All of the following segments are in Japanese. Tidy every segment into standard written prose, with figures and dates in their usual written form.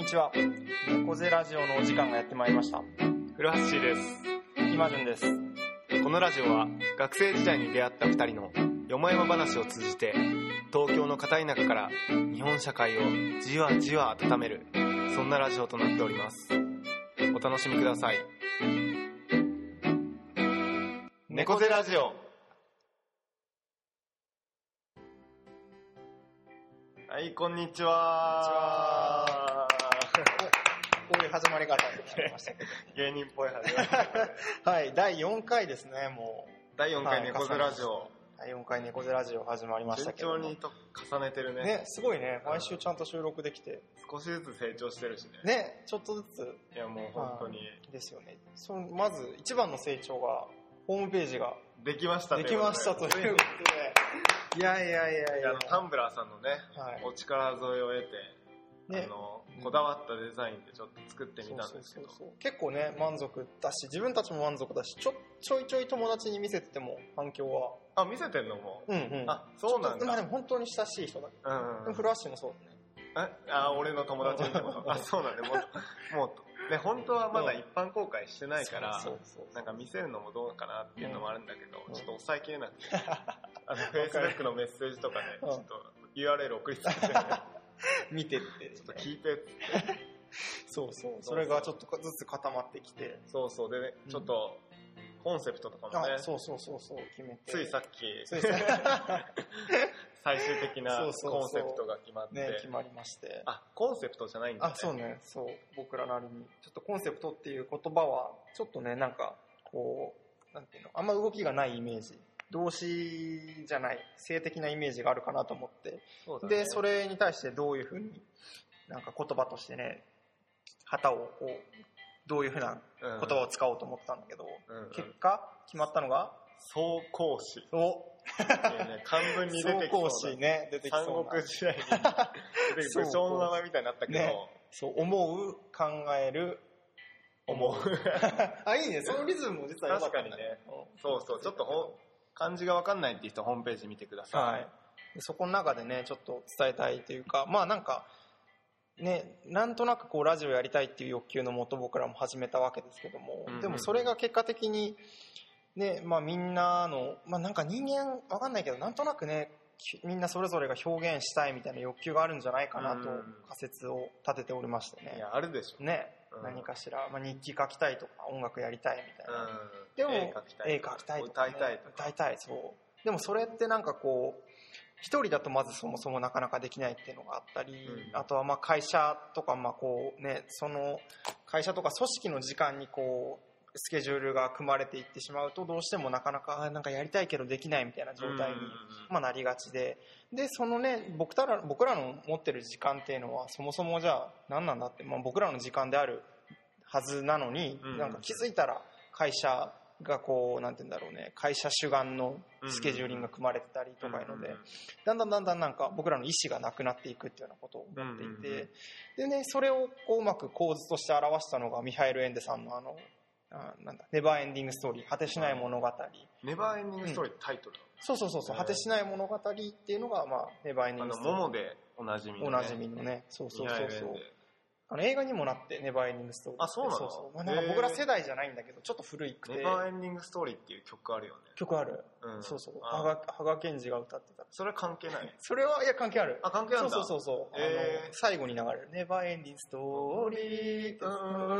ちは。猫背ラジオのお時間がやってまいりました。 古橋です。 今順です。 このラジオは学生時代に出会った2人のよもやま話を通じて東京の片田舎から日本社会をじわじわ温める、そんなラジオとなっております。お楽しみください。猫背ラジオ。はい、こんにちは。 こういう始まり方になりましたけど芸人っぽい始まり方はい、第4回ですね。もう第4回猫背ラジオ、 第4回猫背ラジオ始まりましたけど、 順調にと重ねてるね。 ね、すごいね。毎週ちゃんと収録できて、 少しずつ成長してるしね。 ね、ちょっとずつ。 いや、もう本当にですよね。まず一番の成長がホームページができましたということで、いやタンブラーさんのね、はい、お力添えを得て、ね、こだわったデザインでちょっと作ってみたんですけど、 結構ね満足だし、自分たちも満足だし、ちょいちょい友達に見せてても反響は。 見せてんのも、 あ、 そうなんだ。 まあでも本当に親しい人だけど、でも古橋もそうだね。 俺の友達にそうなんだね。もうね、本当はまだ一般公開してないから、なんか見せるのもどうかなっていうのもあるんだけど、ちょっと抑えきれなくて、Facebook のメッセージとかね、ちょっと URL 送りつけて、 見てって、 ちょっと聞いてって。 それがちょっとずつ固まってきて。 でね、ちょっと、コンセプトとかもね、 決めて。 ついさっき、最終的なコンセプトが決まって。 ね、決まりまして。 コンセプトじゃないんだね。 そうね、僕らなりに。ちょっとコンセプトっていう言葉は、ちょっとね、なんか、こう、なんていうの、あんま動きがないイメージ。動詞じゃない、性的なイメージがあるかなと思って。で、それに対してどういうふうに、なんか言葉としてね、旗をこう、どういうふうな言葉を使おうと思ったんだけど、結果、決まったのが、 総講師。漢文に出てきそうな。 総講師ね、出てきそうな。 三国時代に出てきそう。武将の名前みたいになったけど。 思う、考える、 思う。 いいね、そのリズムも実は良かったね。 確かにね。ちょっと漢字が分かんないっていう人はホームページ見てください。はい。 そこの中でね、ちょっと伝えたいというか、まあなんか、ね、なんとなくこうラジオやりたいっていう欲求のもと僕らも始めたわけですけども、でもそれが結果的に、ね、まあみんなの、まあなんか人間分かんないけど、なんとなくね、みんなそれぞれが表現したいみたいな欲求があるんじゃないかなと仮説を立てておりましてね。 いや、あるでしょ。 ね。何かしら、まあ、日記書きたいとか音楽やりたいみたいな、でも絵描きたいとか、ね、歌いたいでもそれってなんかこう一人だとまずそもそもなかなかできないっていうのがあったり、あとはまあ会社とかまあこうね、その会社とか組織の時間にこうスケジュールが組まれていってしまうと、どうしてもなかなかなんかやりたいけどできないみたいな状態にまあなりがちで、そのね、僕らの持ってる時間っていうのはそもそもじゃあ何なんだって、まあ、僕らの時間であるはずなのに、なんか気づいたら会社がこうなんて言うんだろうね、会社主眼のスケジューリングが組まれてたりとかいうので、だんだんなんか僕らの意思がなくなっていくっていうようなことを思っていて、でね、それをこううまく構図として表したのがミハイル・エンデさんのなんだ、ネバーエンディングストーリー、果てしない物語。 ネバーエンディングストーリーってタイトル、 そう、果てしない物語っていうのが、まあ、ネバーエンディングストーリー。 モモでおなじみのね。そう。映画にもなって、ネバーエンディングストーリー。 そうなの？ まあ、なんか僕ら世代じゃないんだけど、ちょっと古くて。 ネバーエンディングストーリーっていう曲あるよね。 曲ある。そう。羽賀健二が歌ってた。 それは関係ない？ それは、いや、関係ある。 関係あるんだ。 そう。最後に流れる。ネバーエンディングストーリー。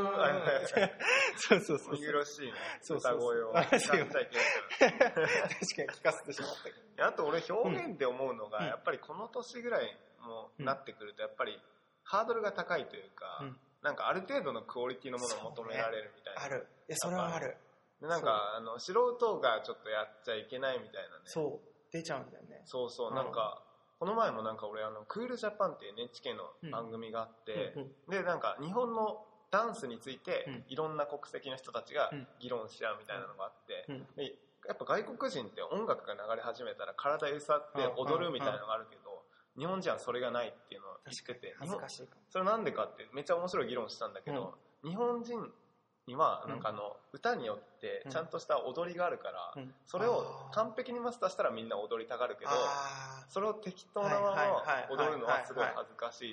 そう。 見苦しいね。歌声を。 確かに聞かせてしまったけど。 あと俺表現で思うのが、やっぱりこの年ぐらいもなってくると、やっぱり、ハードルが高いというか、なんかある程度のクオリティのものを求められるみたいな。 ある。いや、それはある。 なんか、素人がちょっとやっちゃいけないみたいなね。 そう。出ちゃうんだよね。 そう。なんか、この前もなんか俺、クールジャパンっていう NHK の番組があって、で、なんか日本のダンスについて、いろんな国籍の人たちが議論し合うみたいなのがあって、でやっぱ外国人って音楽が流れ始めたら体揺さって踊るみたいなのがあるけど、日本人はそれがないっていうのを言ってて、 恥ずかしいかも。 それなんでかってめっちゃ面白い議論したんだけど、日本人にはなんか歌によってちゃんとした踊りがあるから、それを完璧にマスターしたらみんな踊りたがるけど、それを適当なまま踊るのはすごい恥ずかしいっていう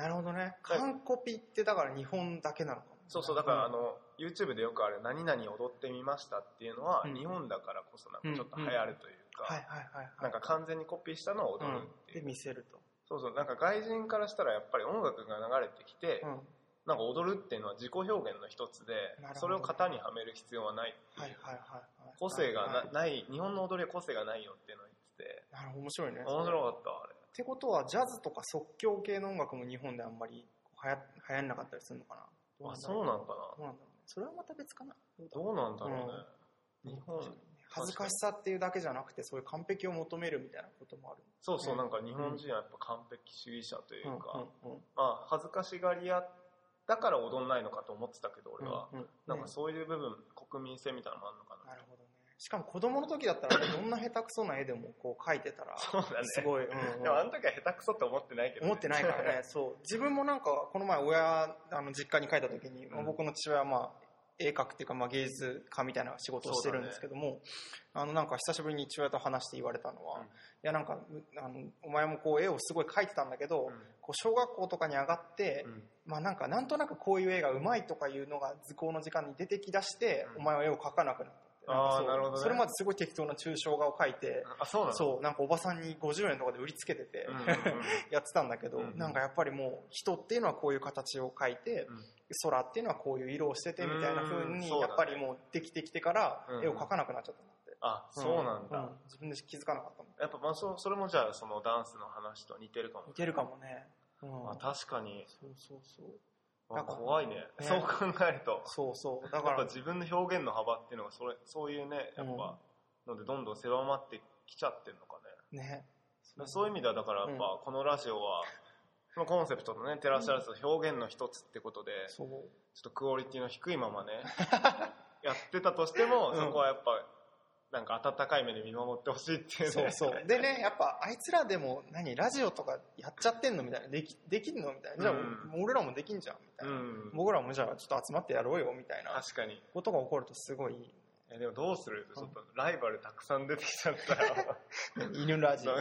なるほどね。完コピってだから日本だけなのかも。 そうそう、だからYouTube でよくある何々踊ってみましたっていうのは、日本だからこそなんかちょっと流行るというか、なんか完全にコピーしたのを踊るっていう。 で見せると。 そうそう、なんか外人からしたらやっぱり音楽が流れてきて、なんか踊るっていうのは自己表現の一つで、それを型にはめる必要はないっていう。個性がない、日本の踊りは個性がないよっていうのを言ってて。 なるほど、面白いね。 面白かった、あれ。 ってことは、ジャズとか即興系の音楽も日本であんまり流行んなかったりするのかな。 あ、そうなんかな。 どうなんだろうね。それはまた別かな。 どうなんだろうね。日本。 恥ずかしさっていうだけじゃなくて、そういう完璧を求めるみたいなこともある。 そうそう、なんか日本人はやっぱ完璧主義者というか、まあ、恥ずかしがり屋だから踊んないのかと思ってたけど、俺は。なんかそういう部分、国民性みたいなのもあるのかな。 なるほどね。しかも子供の時だったら、どんな下手くそな絵でもこう描いてたら、 そうだね。 すごい。 でもあの時は下手くそって思ってないけど、 思ってないからね、そう。自分もなんか、この前実家に帰った時に、僕の父親はまあ、絵描くっていうか、まあ、芸術家みたいな仕事をしてるんですけども、なんか久しぶりに父親と話して言われたのは、いやなんかお前もこう絵をすごい描いてたんだけど、こう小学校とかに上がって、まあなんとなくこういう絵がうまいとかいうのが図工の時間に出てきだして、お前は絵を描かなくなった。 あ、なるほどね。 それまですごい適当な抽象画を描いて、そうなんかおばさんに50円とかで売りつけててやってたんだけど、なんかやっぱりもう人っていうのはこういう形を描いて、空っていうのはこういう色をしててみたいな風にやっぱりもうできてきてから絵を描かなくなっちゃったんだって。 あ、そうなんだ。 自分で気づかなかったもん。 やっぱまあそれもじゃあそのダンスの話と似てるかも。 似てるかもね。 確かに。 そう。 怖いね。そう考えると。 そう。だからやっぱ自分の表現の幅っていうのがそういうね、やっぱ、のでどんどん狭まってきちゃってるのかね。 ね。 そういう意味ではだからやっぱこのラジオは、そのコンセプトのね、照らし合わせた表現の一つってことで、ちょっとクオリティの低いままね、やってたとしても、そこはやっぱ、なんか温かい目で見守ってほしいっていうね。 そう。でね、やっぱあいつらでもラジオとかやっちゃってんのみたいな。できんのみたいな。じゃあ、俺らもできんじゃんみたいな。僕らもじゃあちょっと集まってやろうよみたいな。 確かに。 ことが起こるとすごいいい。 でもどうする？ちょっとライバルたくさん出てきちゃったら。 犬ラジオ。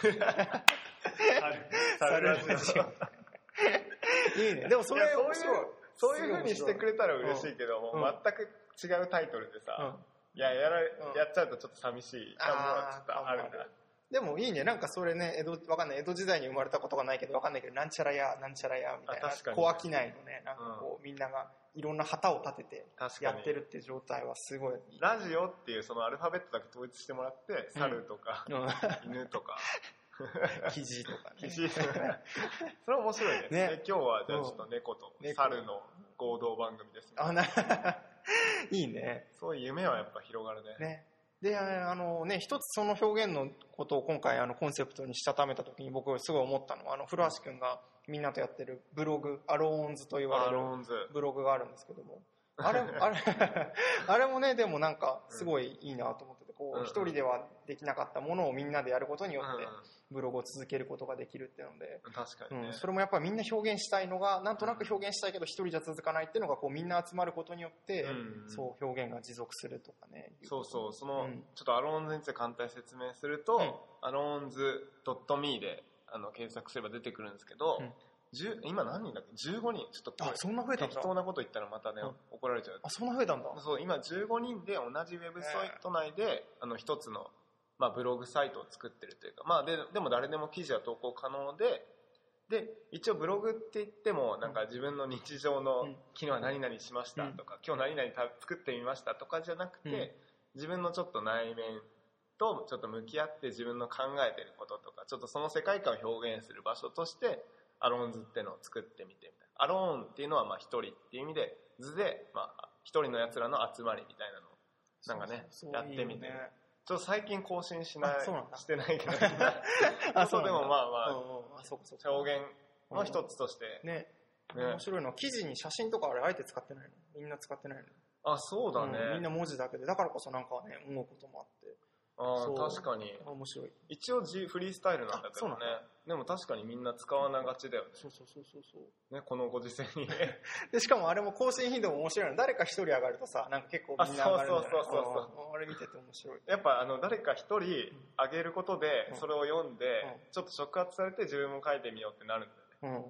猿ラジオ。いいね。でもそういう風にしてくれたら嬉しいけども、全く違うタイトルでさ、やっちゃうとちょっと寂しい感もちょっとあるんだ。 でもいいね。なんかそれね、わかんない。江戸時代に生まれたことがないけどわかんないけど、なんちゃらやみたいな。小商いのね、なんかこう、みんながいろんな旗を立ててやってるっていう状態はすごいいい。 ラジオっていうそのアルファベットだけ統一してもらって、猿とか、犬とか、 キジとかね。 それ面白いね。今日はじゃあちょっと猫と猿の合同番組ですね。 いいね。 そういう夢はやっぱ広がるね。 で、一つその表現のことを今回コンセプトにしたためた時に僕すごい思ったのは、古橋くんがみんなとやってるブログ、アローンズと言われるブログがあるんですけども、あれもね、でもなんかすごいいいなと思ってて、こう一人ではできなかったものをみんなでやることによってブログを続けることができるっていうので、 確かにね。 それもやっぱりみんな表現したいのが、なんとなく表現したいけど一人じゃ続かないっていうのがこうみんな集まることによって、そう表現が持続するとかね。 そう、そのちょっとアローンズについて簡単に説明すると、アローンズ .me で検索すれば出てくるんですけど、今何人だっけ ?15 人。ちょっとそんな増えたんだ。 適当なこと言ったらまたね、怒られちゃう。 そんな増えたんだ。 そう、今15人で同じウェブサイト内で、一つの、まあ、ブログサイトを作ってるというか、まあ、でも誰でも記事は投稿可能で、一応ブログって言っても、なんか自分の日常の、昨日は何々しましたとか、今日何々作ってみましたとかじゃなくて、自分のちょっと内面とちょっと向き合って自分の考えてることとか、ちょっとその世界観を表現する場所として、アローンズっていうのを作ってみてみたいな。アローンっていうのはまあ一人っていう意味で、図でまあ一人の奴らの集まりみたいなのをなんかねやってみて、ちょっと最近更新してないけど、そうでもまあ表現の一つとしてね。面白いのは記事に写真とかあえて使ってないの。みんな使ってないの。 あ、そうだね。 みんな文字だけで、だからこそなんかね思うこともあって。 確かに。 面白い。 一応フリースタイルなんだけどね。でも確かにみんな使わながちだよね。 そう。 ね、このご時世に。 で、しかもあれも更新頻度も面白いの。誰か一人上がるとさ、なんか結構みんな上がるんだよね。そう。あれ見てて面白い。 やっぱ誰か一人上げることで、それを読んで、ちょっと触発されて自分も書いてみようってなるんだよね。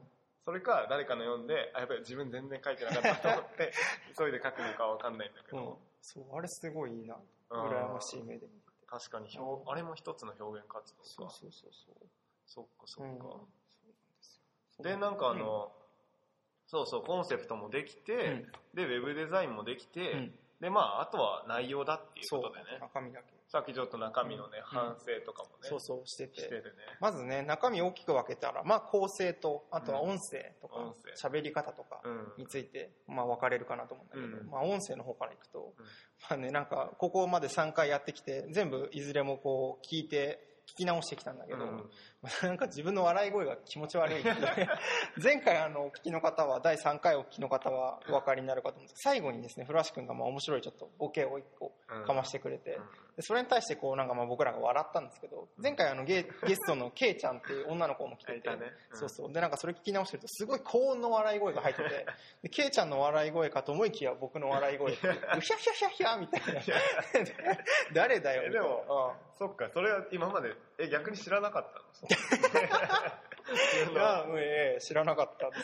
それか誰かの読んでやっぱり自分全然書いてなかったと思って急いで書くのかわかんないんだけど、 そうあれすごいいいな、羨ましい目で見て。 確かにあれも一つの表現活動か。 そうそっか。そうなんですよ。でなんかそうコンセプトもできて、でウェブデザインもできて、であとは内容だっていうことでね。 中身だけ。 さっきちょっと中身のね、反省とかもね。 しててね。 まずね、中身大きく分けたら、構成と、あとは音声とか、喋り方とかについて、分かれるかなと思うんだけど、音声の方からいくと、なんか、ここまで3回やってきて、全部いずれもこう、聞き直してきたんだけど、なんか自分の笑い声が気持ち悪いっていう前回お聞きの方は、第3回お聞きの方はお分かりになるかと思うんですけど、最後にですね、古橋くんが面白いちょっとボケを1個かましてくれて、でそれに対してこうなんか僕らが笑ったんですけど、前回ゲストのケイちゃんっていう女の子も来てて、でなんかそれ聞き直してるとすごい高音の笑い声が入ってて、でケイちゃんの笑い声かと思いきや僕の笑い声で、うひゃひゃひゃひゃみたいな誰だよみたいな。 でも、そっか、それは今まで逆に知らなかったの？ いや、知らなかったです、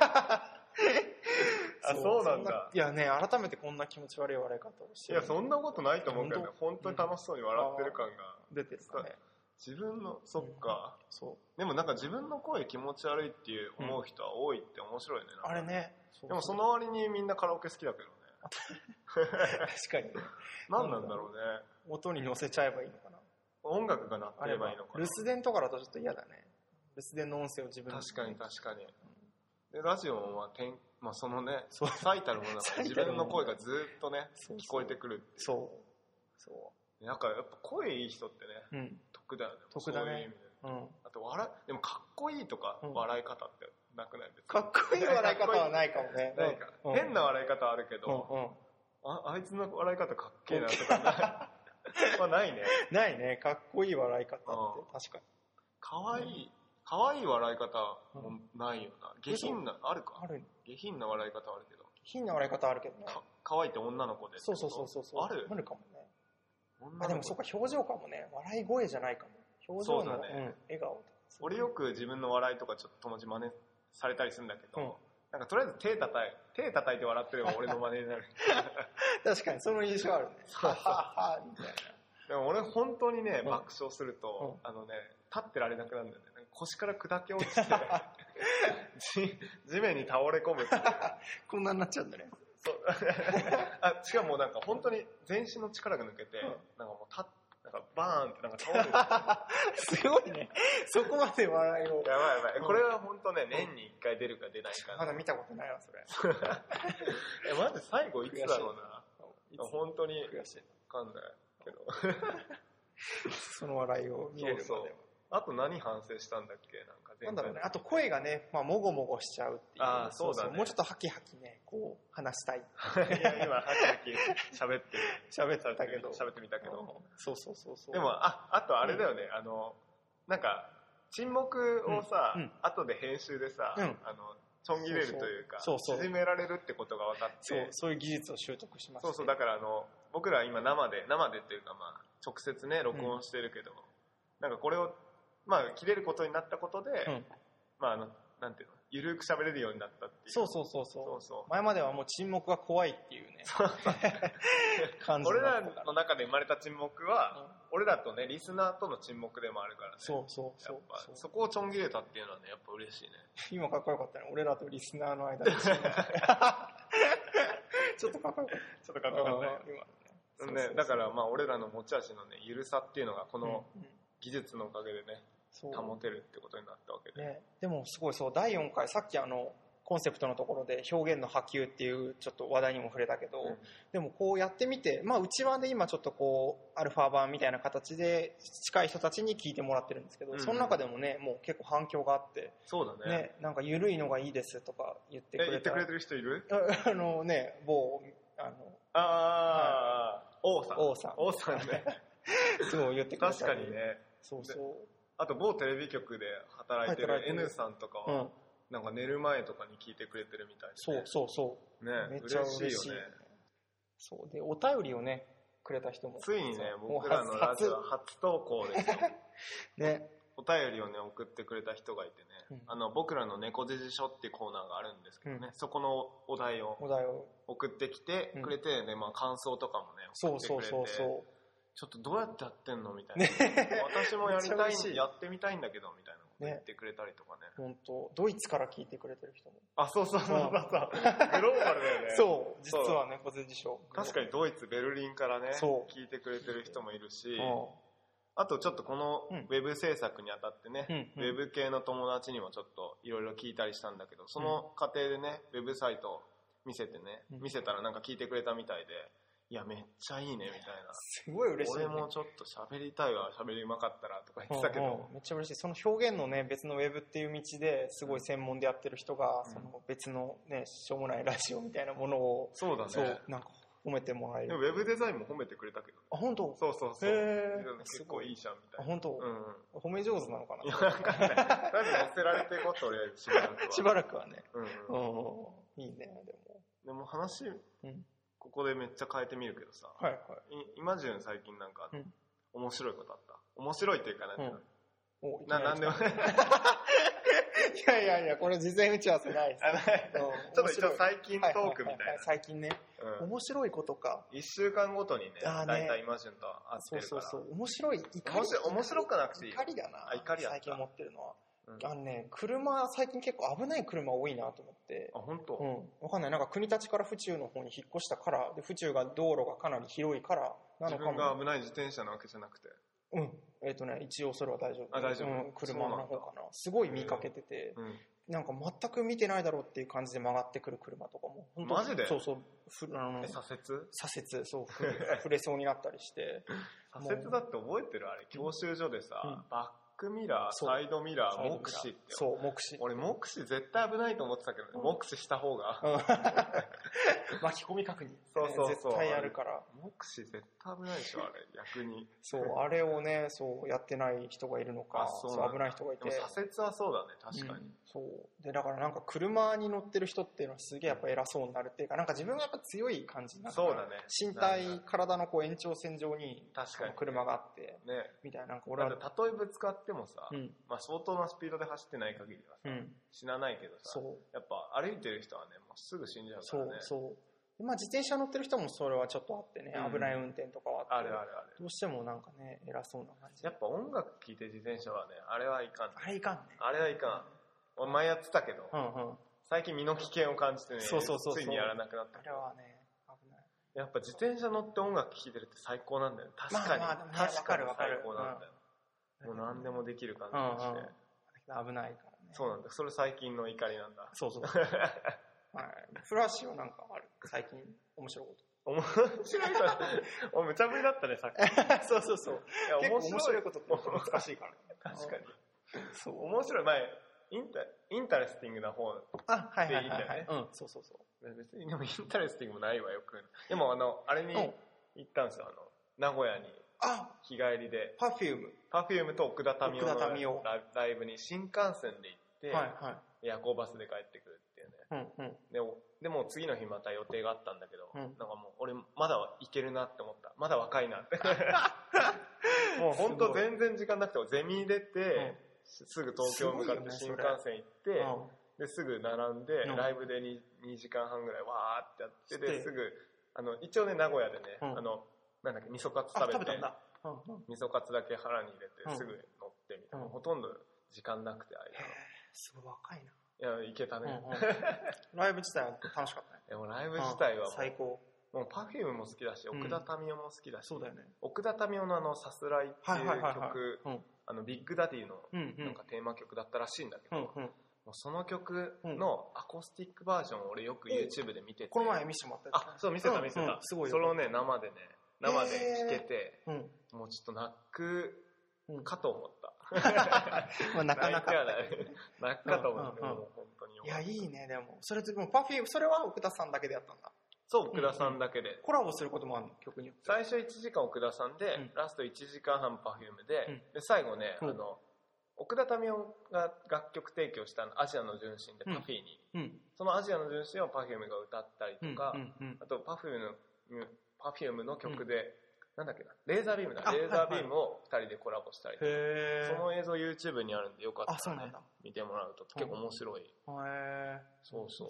そうなんだ。 いやね、改めてこんな気持ち悪い笑い方をして。 いや、そんなことないと思うけどね。本当に楽しそうに笑ってる感が出てるかね。 自分の、そっか。でもなんか自分の声気持ち悪いっていう思う人は多いって面白いね。 あれね。 でもその割にみんなカラオケ好きだけどね。 確かに。 何なんだろうね。 音に乗せちゃえばいいのかな。 音楽が鳴ってればいいのかな。 留守電とかだとちょっと嫌だね。留守電の音声を自分で。 確かに。でラジオはそのね、最たるものだから自分の声がずっとね、聞こえてくるっていう。そう。なんかやっぱ声いい人ってね、得だよね。 得だね。 あとでもかっこいいとか笑い方ってなくないですか？かっこいい笑い方はないかもね。 なんか変な笑い方はあるけど、あいつの笑い方かっけえなとかないね。 ないね。かっこいい笑い方って確かに。 かわいい笑い方もないよな。下品な、あるか？ ある。 下品な笑い方はあるけど。 下品な笑い方はあるけどね。 かわいいって女の子で。 そう。 あるかもね。でもそうか、表情かもね。笑い声じゃないかも。表情の笑顔とか。 俺よく自分の笑いとかちょっと友達真似されたりするんだけど、なんかとりあえず手叩いて笑ってれば俺の真似になる。 確かにその印象あるね。はははみたいな。 でも俺本当にね、爆笑すると、立ってられなくなるんだよね。腰から砕け落ちて地面に倒れ込むってこんなになっちゃうんだね。 そうしかもなんか本当に全身の力が抜けて、なんかもうなんかバーンってなんか倒れる。 すごいね。そこまで笑いを。 やばい。これは本当ね、年に1回出るか出ないか。 まだ見たことないわ、それ。 マジ最後いつだろうな。本当にわかんないけど。 その笑いを見れるまでは。 あと何反省したんだっけ？ なんだろうね。あと声がね、もごもごしちゃうっていう。 そうだね。 もうちょっとハキハキね、こう話したい。 いや今ハキハキ喋ってたけど。 喋ってみたけど。 そう。 でもあとあれだよね。なんか沈黙をさ、後で編集でさ、ちょん切れるというか、縮められるってことが分かって、 そういう技術を習得しました。 そうだから僕ら今生でっていうか直接ね録音してるけど、なんかこれを切れることになったことで、なんていうの、ゆるく喋れるようになったっていう。 そう。前まではもう沈黙が怖いっていうね。感じ。 俺らの中で生まれた沈黙は、俺らとね、リスナーとの沈黙でもあるからね。 そう。 そこをちょん切れたっていうのはね、やっぱ嬉しいね。 今かっこよかったね。俺らとリスナーの間で。ちょっとかっこよかった。 ちょっとかっこよかったね。だから俺らの持ち味のね、ゆるさっていうのがこの技術のおかげでね、保てるってことになったわけで、 でもすごい第4回さっきコンセプトのところで表現の波及っていうちょっと話題にも触れたけど、でもこうやってみて、うちわで今ちょっとこうアルファ版みたいな形で近い人たちに聞いてもらってるんですけど、その中でもねもう結構反響があって、 そうだね。 なんか緩いのがいいですとか言ってくれてる人いる？ 某王さんね。そう言ってくれた。 確かにね。 そう。 あと某テレビ局で働いてる N さんとかは、なんか寝る前とかに聞いてくれてるみたいで、 そう。 ね、めっちゃ嬉しいよね。 そうでお便りをねくれた人もついにね僕らのラジオ初投稿ですよ。 ね。 お便りをね送ってくれた人がいてね、僕らの猫辞書っていうコーナーがあるんですけどね、そこのお題を送ってきてくれて、で感想とかもね送ってくれて、ちょっとどうやってやってんのみたいな、私もやってみたいんだけどみたいなこと言ってくれたりとかね。 本当ドイツから聞いてくれてる人も。 そうグローバルだよね。 そう実は猫辞書。 確かにドイツベルリンからね聞いてくれてる人もいるし。あとちょっとこのウェブ制作にあたってね、ウェブ系の友達にもちょっといろいろ聞いたりしたんだけど、その過程でね、ウェブサイト見せたらなんか聞いてくれたみたいで、いやめっちゃいいねみたいな。 すごい嬉しい、ね。 俺もちょっと喋りたいわ、喋りうまかったらとか言ってたけど、 めっちゃ嬉しい。その表現のね、別のウェブっていう道ですごい専門でやってる人が、その別のね、しょうもないラジオみたいなものを、 そうだね。 なんか褒めてもらえる。 でもウェブデザインも褒めてくれたけど、ね。 本当？ そう。結構いいじゃんみたいな。 本当？褒め上手なのかな。 いや、なんかね、なんで載せられてこうとりあえずしばらくはね。いいね、 でも話、ここでめっちゃ変えてみるけどさ、今順最近なんか面白いことあった？面白いっていうかなんでもいやこれ事前打ち合わせないです。 ちょっと一応最近トークみたいな。 最近ね、面白いことか。 1週間ごとにね、だいたい今順と会ってるから。 面白い、 面白くなくていい。 怒りだな。 怒りやった。 最近思ってるのは。車、最近結構危ない車多いなと思って。 本当？ わかんない。なんか国立から府中の方に引っ越したから、で府中が道路がかなり広いからなのかも。 自分が危ない自転車なわけじゃなくて。 一応それは大丈夫。 大丈夫。 車の方かな。すごい見かけてて、なんか全く見てないだろうっていう感じで曲がってくる車とかも。 マジで？ そう。 左折？ そう。触れそうになったりして。 左折だって覚えてる？あれ、教習所でさ、バックミラー、サイドミラー、目視って。 そう、目視。 俺、目視絶対危ないと思ってたけどね、目視した方が。 巻き込み確認。 そう。 絶対あるから。 目視絶対危ないでしょ、あれ、逆に。 そう、あれをね、やってない人がいるのか、危ない人がいて。 でも左折はそうだね、確かに。 そう。で、だからなんか車に乗ってる人っていうのはすげえやっぱ偉そうになるっていうか、なんか自分がやっぱ強い感じになる。 そうだね。 身体、体の延長線上に車があって、みたいな。 俺はたとえぶつかってもさ、相当なスピードで走ってない限りはさ、死なないけどさ、やっぱ歩いてる人はね、もうすぐ死んじゃうからね。 そう。自転車乗ってる人もそれはちょっとあってね、危ない運転とかはあって、 ある。 どうしてもなんかね、偉そうな感じ。 やっぱ音楽聴いて自転車はね、あれはいかん。 あれいかんね。 あれはいかん。俺前やってたけど、最近身の危険を感じてね、ついにやらなくなった。 あれはね、危ない。 やっぱ自転車乗って音楽聴いてるって最高なんだよ。確かに最高なんだよ。もう何でもできる感じがして。 危ないからね。 そうなんだ。それ最近の怒りなんだ。 そう。フラッシュはなんかある。最近面白いこと。 面白いからお無茶ぶりだったね、さっき。 そう。結構面白いことって難しいからね。 確かに。そう。面白い。インタレスティングな方でいいんだよね。 そう。 別にでもインタレスティングもないわよく。でもあれに行ったんですよ。名古屋に。日帰りで。Perfume と奥田民生のライブに新幹線で行って、夜行バスで帰ってくるっていうね。でも次の日また予定があったんだけど、なんかもう俺まだ行けるなって思った。まだ若いなって。もう本当全然時間なくて、ゼミ出て、すぐ東京向かって新幹線行って、ですぐ並んで、ライブで2時間半ぐらいわーってやって、ですぐ、一応ね、名古屋でね、なんだっけ、味噌カツ食べて、味噌カツだけ腹に入れて、すぐ乗ってみたいな。ほとんど時間なくて、 すごい若いな。 いや、いけたね。 ライブ自体は楽しかったね。 でもライブ自体は最高。 もう Perfume も好きだし、奥田民生も好きだし、 そうだよね。 奥田民生のさすらいっていう曲、ビッグダディのなんかテーマ曲だったらしいんだけど、もうその曲のアコースティックバージョンを俺よく YouTube で見てて。 この前見せてもらったやつ。 そう、見せた。 すごいよ。 それをね、生で弾けて、もうちょっと泣くかと思った。 なかなか。 泣くかと思って、もう本当に。 いや、いいね、でも。それもPerfume、それは奥田さんだけでやったんだ。 そう、奥田さんだけで。 コラボすることもあるの、曲によって。 最初1時間奥田さんで、ラスト1時間半Perfumeで、で、最後ね、奥田民生が楽曲提供したアジアの純真でパフィーに、そのアジアの純真をPerfumeが歌ったりとか、あとPerfumeの曲でなんだっけな、レーザービームだ。レーザービームを2人でコラボしたりとか、その映像 YouTube にあるんでよかったら、ね、見てもらうと結構面白い。そうそう。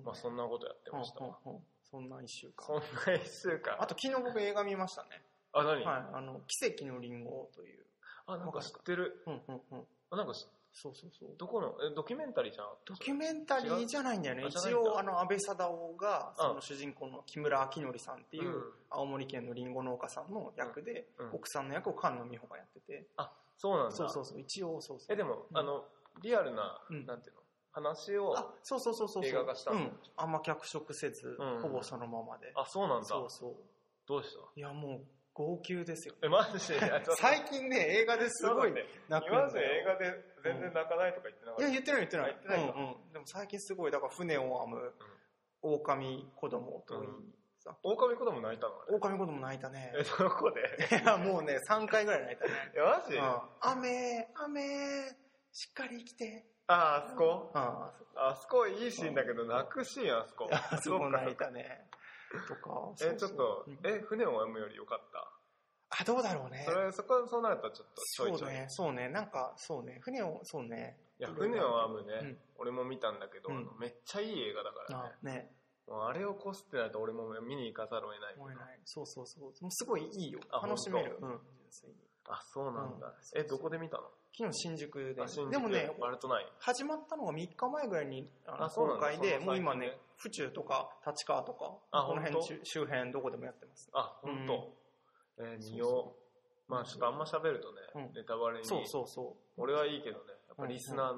まあそんなことやってました。 そんな1週間。 そんな1週間。 あと昨日僕映画見ましたね。 あ、何？ はい、奇跡のリンゴという。 あ、なんか知ってる。なんかそう。 どこのドキュメンタリーじゃん。 ドキュメンタリーじゃないんだよね。一応安倍貞夫がその主人公の木村明則さんっていう青森県のリンゴ農家さんの役で、奥さんの役を菅野美穂がやってて。 あ、そうなんだ。 そう一応そう。 でもリアルななんていうの話を映画化したの。 あんま脚色せずほぼそのままで。 あ、そうなんだ。 そう。 どうした？ いやもう。号泣ですよ。 マジで最近ね、映画ですごい泣くんだよ。今まで映画で全然泣かないとか言ってなかった。 いや、言ってない。でも最近すごい、だから船を編む、狼子供といい。 狼子供泣いたの？ 狼子供泣いたね。 どこで？ いや、もうね、3回ぐらい泣いたね。 いや、マジ？ 雨、しっかり生きて。 あそこ？あそこいいシーンだけど、泣くシーンあそこ。 あそこ泣いたね。とかちょっと船を編むよりよかった？ あ、どうだろうね。 そうなるとちょっとちょいちょい。 そうね、なんかそうね、船を編むね、俺も見たんだけど、めっちゃいい映画だからね。あれを越すってなると俺も見に行かざるを得ない。 そう。すごいいいよ。楽しめる。 あ、そうなんだ。どこで見たの？ 昨日新宿で。 でもね、 始まったのが3日前ぐらいに公開で、もう今ね、府中とか立川とか、この辺周辺どこでもやってます。 あ、ほんと。見よう。まあちょっとあんま喋るとね、ネタバレに。そう。俺はいいけどね、やっぱリスナー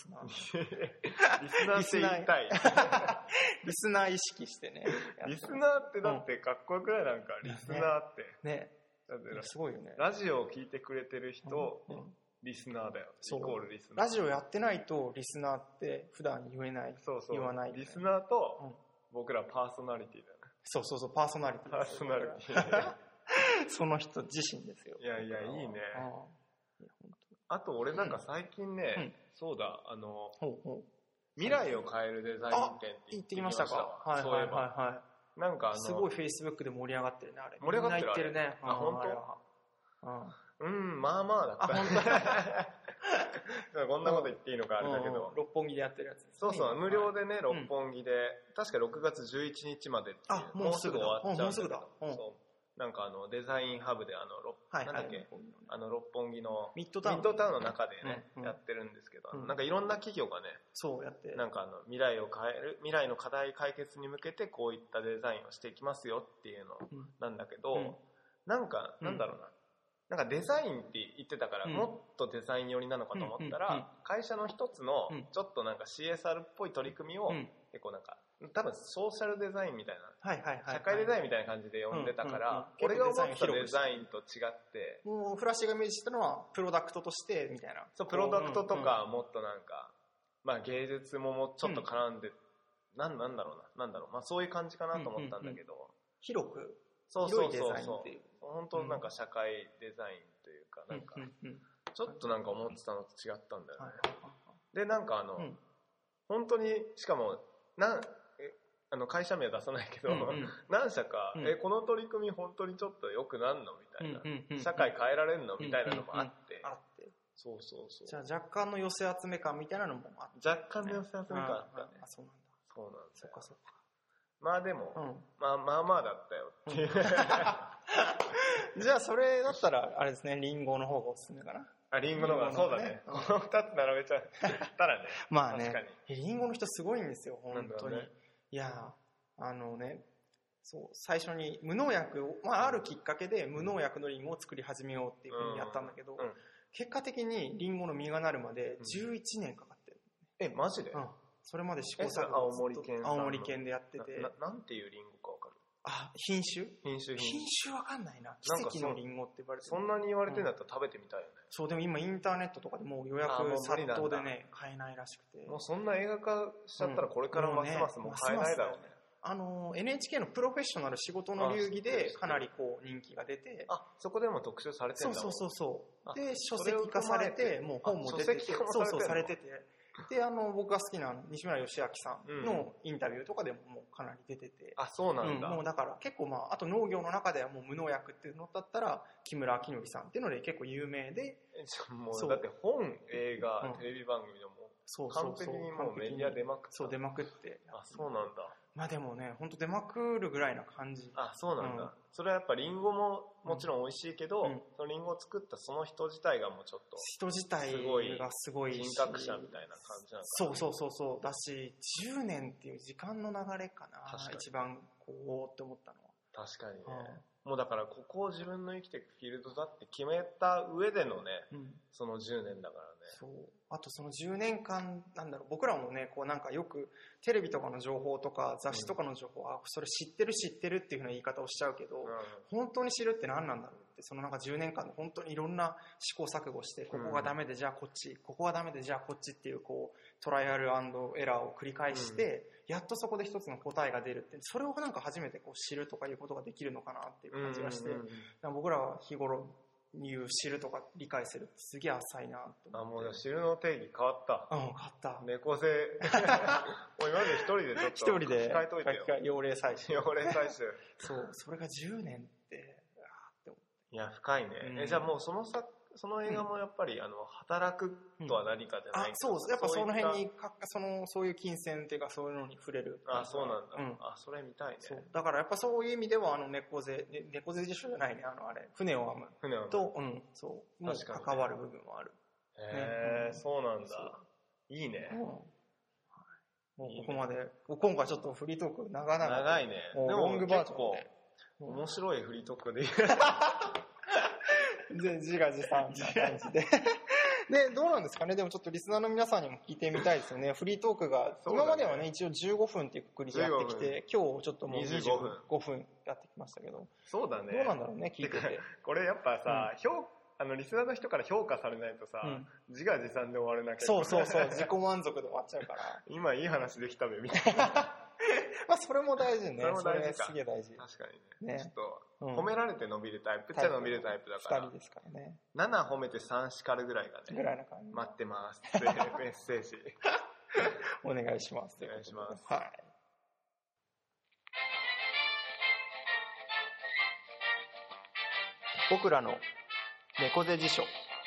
って言いたい。 リスナー意識してね。 リスナーってだってかっこよくない？なんかリスナーって。 ね。すごいよね。 ラジオを聞いてくれてる人、リスナーだよ。イコールリスナー。 ラジオやってないとリスナーって普段言えない。言わない。 リスナーと僕らパーソナリティだよね。 そう、パーソナリティ。 パーソナリティ。 その人自身ですよ。 いや、いいね。あと俺なんか最近ね、そうだ、未来を変えるデザイン展って行ってきましたか？ そういえば。なんかすごい Facebook で盛り上がってるね、あれ。 盛り上がってるね。 あ、本当？まあまあだった。こんなこと言っていいのかあれだけど。 六本木でやってるやつ。 そう、無料でね、六本木で、確か6月11日までっていう。もうすぐ終わっちゃう。 もうすぐだ。 なんかデザインハブでなんだっけ、六本木のミッドタウンの中でね、やってるんですけど、なんかいろんな企業がね、 そうやって、 なんか未来の課題解決に向けてこういったデザインをしていきますよっていうのなんだけど、なんかなんだろうな、なんかデザインって言ってたから、もっとデザイン寄りなのかと思ったら、会社の一つのちょっとなんか CSR っぽい取り組みを結構なんか多分ソーシャルデザインみたいな、社会デザインみたいな感じで呼んでたから、俺が思ったデザインと違って、 もうフラッシュがイメージしたのはプロダクトとしてみたいな。 そう、プロダクトとかもっとなんか、まあ芸術もちょっと絡んで、なんだろう、まあそういう感じかなと思ったんだけど、 広く、 広いデザインっていう。 本当なんか社会デザインというか、なんか、ちょっとなんか思ってたのと違ったんだよね。で、なんか本当に、しかも、会社名は出さないけど、何社か、この取り組み本当にちょっと良くなんのみたいな、社会変えられんのみたいなのもあって、そう。 じゃあ若干の寄せ集め感みたいなのもあって、 若干の寄せ集め感あったね。 そうなんだ。 そうなんだ。 そっか。 まあでも、まあだったよっていう。 じゃあそれだったらあれですね、リンゴの方がおすすめかな。 リンゴの方がそうだね。この2つ並べちゃったらね。 まあね、リンゴの人すごいんですよ、本当に。いや、そう、最初に無農薬を、あるきっかけで無農薬のリンゴを作り始めようっていうふうにやったんだけど、結果的にリンゴの実がなるまで11年かかってる。 マジで？ それまで試行錯誤青森県でやってて。 なんていうリンゴかわかる？ 品種わかんないな。奇跡のリンゴって言われてる。 そんなに言われてるんだったら食べてみたいよね。 そう、でも今インターネットとかでもう予約殺到でね、買えないらしくて。 もうそんな映画化しちゃったらこれからますますもう買えないだろうね。 NHK のプロフェッショナル仕事の流儀でかなりこう人気が出て、 そこでも特集されてるんだ。 そう。で、書籍化されて、もう本も出てて、そうされてて、 で僕が好きな西村義明さんのインタビューとかでももうかなり出てて、 あ、そうなんだ、 もうだから結構あと農業の中ではもう無農薬っていうのだったら木村明則さんっていうので結構有名で、 もうだって本、映画、テレビ番組でも完璧にもうメディア出まくって、 そう出まくって、 あ、そうなんだ。 まあでもね、本当出まくるぐらいな感じ。 あ、そうなんだ。それはやっぱリンゴももちろん美味しいけど、そのリンゴを作ったその人自体がもうちょっと人自体がすごい人格者みたいな感じなのかな。そうだし、10年っていう時間の流れかな、一番こうって思ったのは。 確かにね、もうだからここを自分の生きていくフィールドだって決めた上でのね、その10年だからね。 そう、あとその10年間なんだろう、僕らもねこうなんかよくテレビとかの情報とか雑誌とかの情報、それ知ってるっていうふうな言い方をしちゃうけど、本当に知るって何なんだろうって、そのなんか10年間で本当にいろんな試行錯誤して、ここがダメでじゃあこっち、ここがダメでじゃあこっちっていうこうトライアル&エラーを繰り返して、やっとそこで一つの答えが出るって、それをなんか初めてこう知るとかいうことができるのかなっていう感じがして、僕らは日頃言う知るとか理解するってすげえ浅いなと思って。 もう知るの定義変わった。 変わった。 猫背。もう今まで一人でちょっと書き換えといてよ。 用例採集。 用例採集。 そう、それが10年って、って思って。 いや、深いね。じゃあもうその映画もやっぱり、働くとは何かじゃないけど、 そう、やっぱその辺にそういう金銭っていうかそういうのに触れる。 あ、そうなんだ。それ見たいね。 そう。だからやっぱそういう意味では猫背辞書じゃないね、あれ、船を編むと、そう、もう関わる部分もある。 へえ、そうなんだ。いいね。 もうここまで、今回ちょっとフリートーク長いね。 でもロングバージョンで。 面白いフリートークで自画自賛な感じでで、どうなんですかね。でもちょっとリスナーの皆さんにも聞いてみたいですよね。フリートークが、今まではね、一応15分っていうくくりでやってきて、今日ちょっともう25分やってきましたけど。 そうだね。 どうなんだろうね、聞いてて。 これやっぱさ、リスナーの人から評価されないとさ、自画自賛で終われなきゃ。 そう、自己満足で終わっちゃうから。 今いい話できたべ、みたいな。 まあそれも大事ね。 それも大事か。 すげえ大事。 確かにね。ちょっと、褒められて伸びるタイプっちゃ伸びるタイプだから。 2人ですからね。 7褒めて3叱るぐらいがね。 ぐらいな感じ。 待ってますってメッセージ。 お願いします。 お願いします。 はい。僕らの猫背辞書。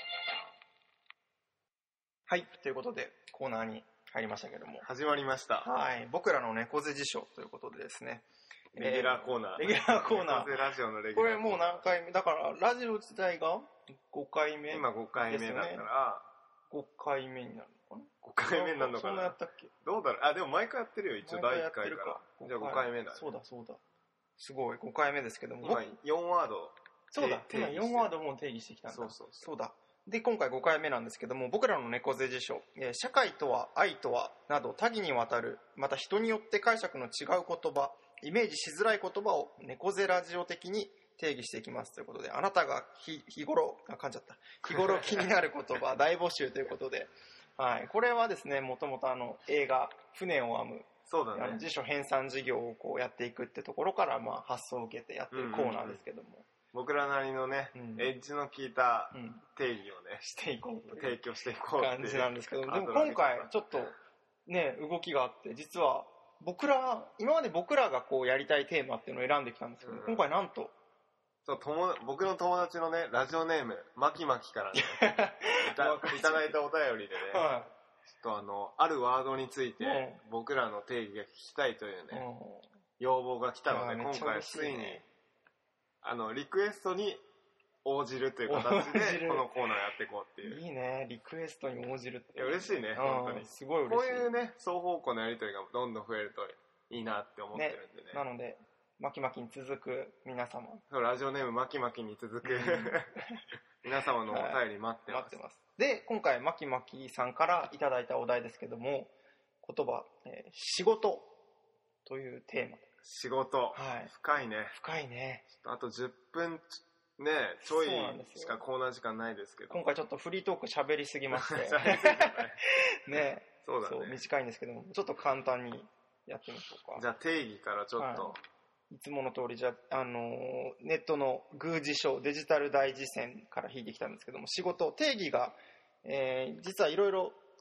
はい、ということでコーナーに入りましたけども、 始まりました。 はい、僕らの猫背辞書ということでですね、 レギュラーコーナー。 レギュラーコーナー。 猫背ラジオのレギュラー。 これもう何回目だから、ラジオ自体が5回目、 今5回目だから、 5回目になるのかな。 5回目になるのかな。 そんなやったっけ。 どうだろう。でも毎回やってるよ、一応第1回から。じゃあ5回目だ、ね。 そうだ。すごい、5回目ですけども。 今4ワード。 そうだ、今4ワードも定義してきたんだ。そうだ。で、今回5回目なんですけども、僕らの猫背辞書、社会とは、愛とは、など多義にわたる、また人によって解釈の違う言葉、イメージしづらい言葉を猫背ラジオ的に定義していきますということで、あなたが日頃気になる言葉大募集ということで、はい、これはですね、もともと映画船を編む、 そうだね、 辞書編纂事業をこうやっていくってところから、発想を受けてやってるコーナーですけども、 僕らなりのね、エッジの効いた定義をね、 していこうと提供していこうっていう感じなんですけど、でも今回ちょっとね、動きがあって、実は今まで僕らがこうやりたいテーマっていうのを選んできたんですけど、今回なんとそう、僕の友達のね、ラジオネームマキマキからねいただいたお便りでね、ちょっとあるワードについて僕らの定義が聞きたいというね、要望が来たので、今回ついにリクエストに応じるという形でこのコーナーやっていこうっていう。 いいね、リクエストに応じるって。 いや、嬉しいね、本当に。 すごい嬉しい。 こういうね、双方向のやりとりがどんどん増えるといいなって思ってるんでね。 なので、マキマキに続く皆様。 そう、ラジオネームマキマキに続く皆様のお便り待ってます。 で、今回マキマキさんからいただいたお題ですけども、言葉、仕事というテーマ。 仕事、深いね。 深いね。 あと10分ね、ちょいしかコーナー時間ないですけど、 今回ちょっとフリートーク喋りすぎましてね、 そうだね、 短いんですけども、ちょっと簡単にやってみましょうか。 じゃあ定義からちょっと、 いつもの通り、じゃあ、ネットの宮司書デジタル大辞典から引いてきたんですけども、仕事定義が、実はいろいろ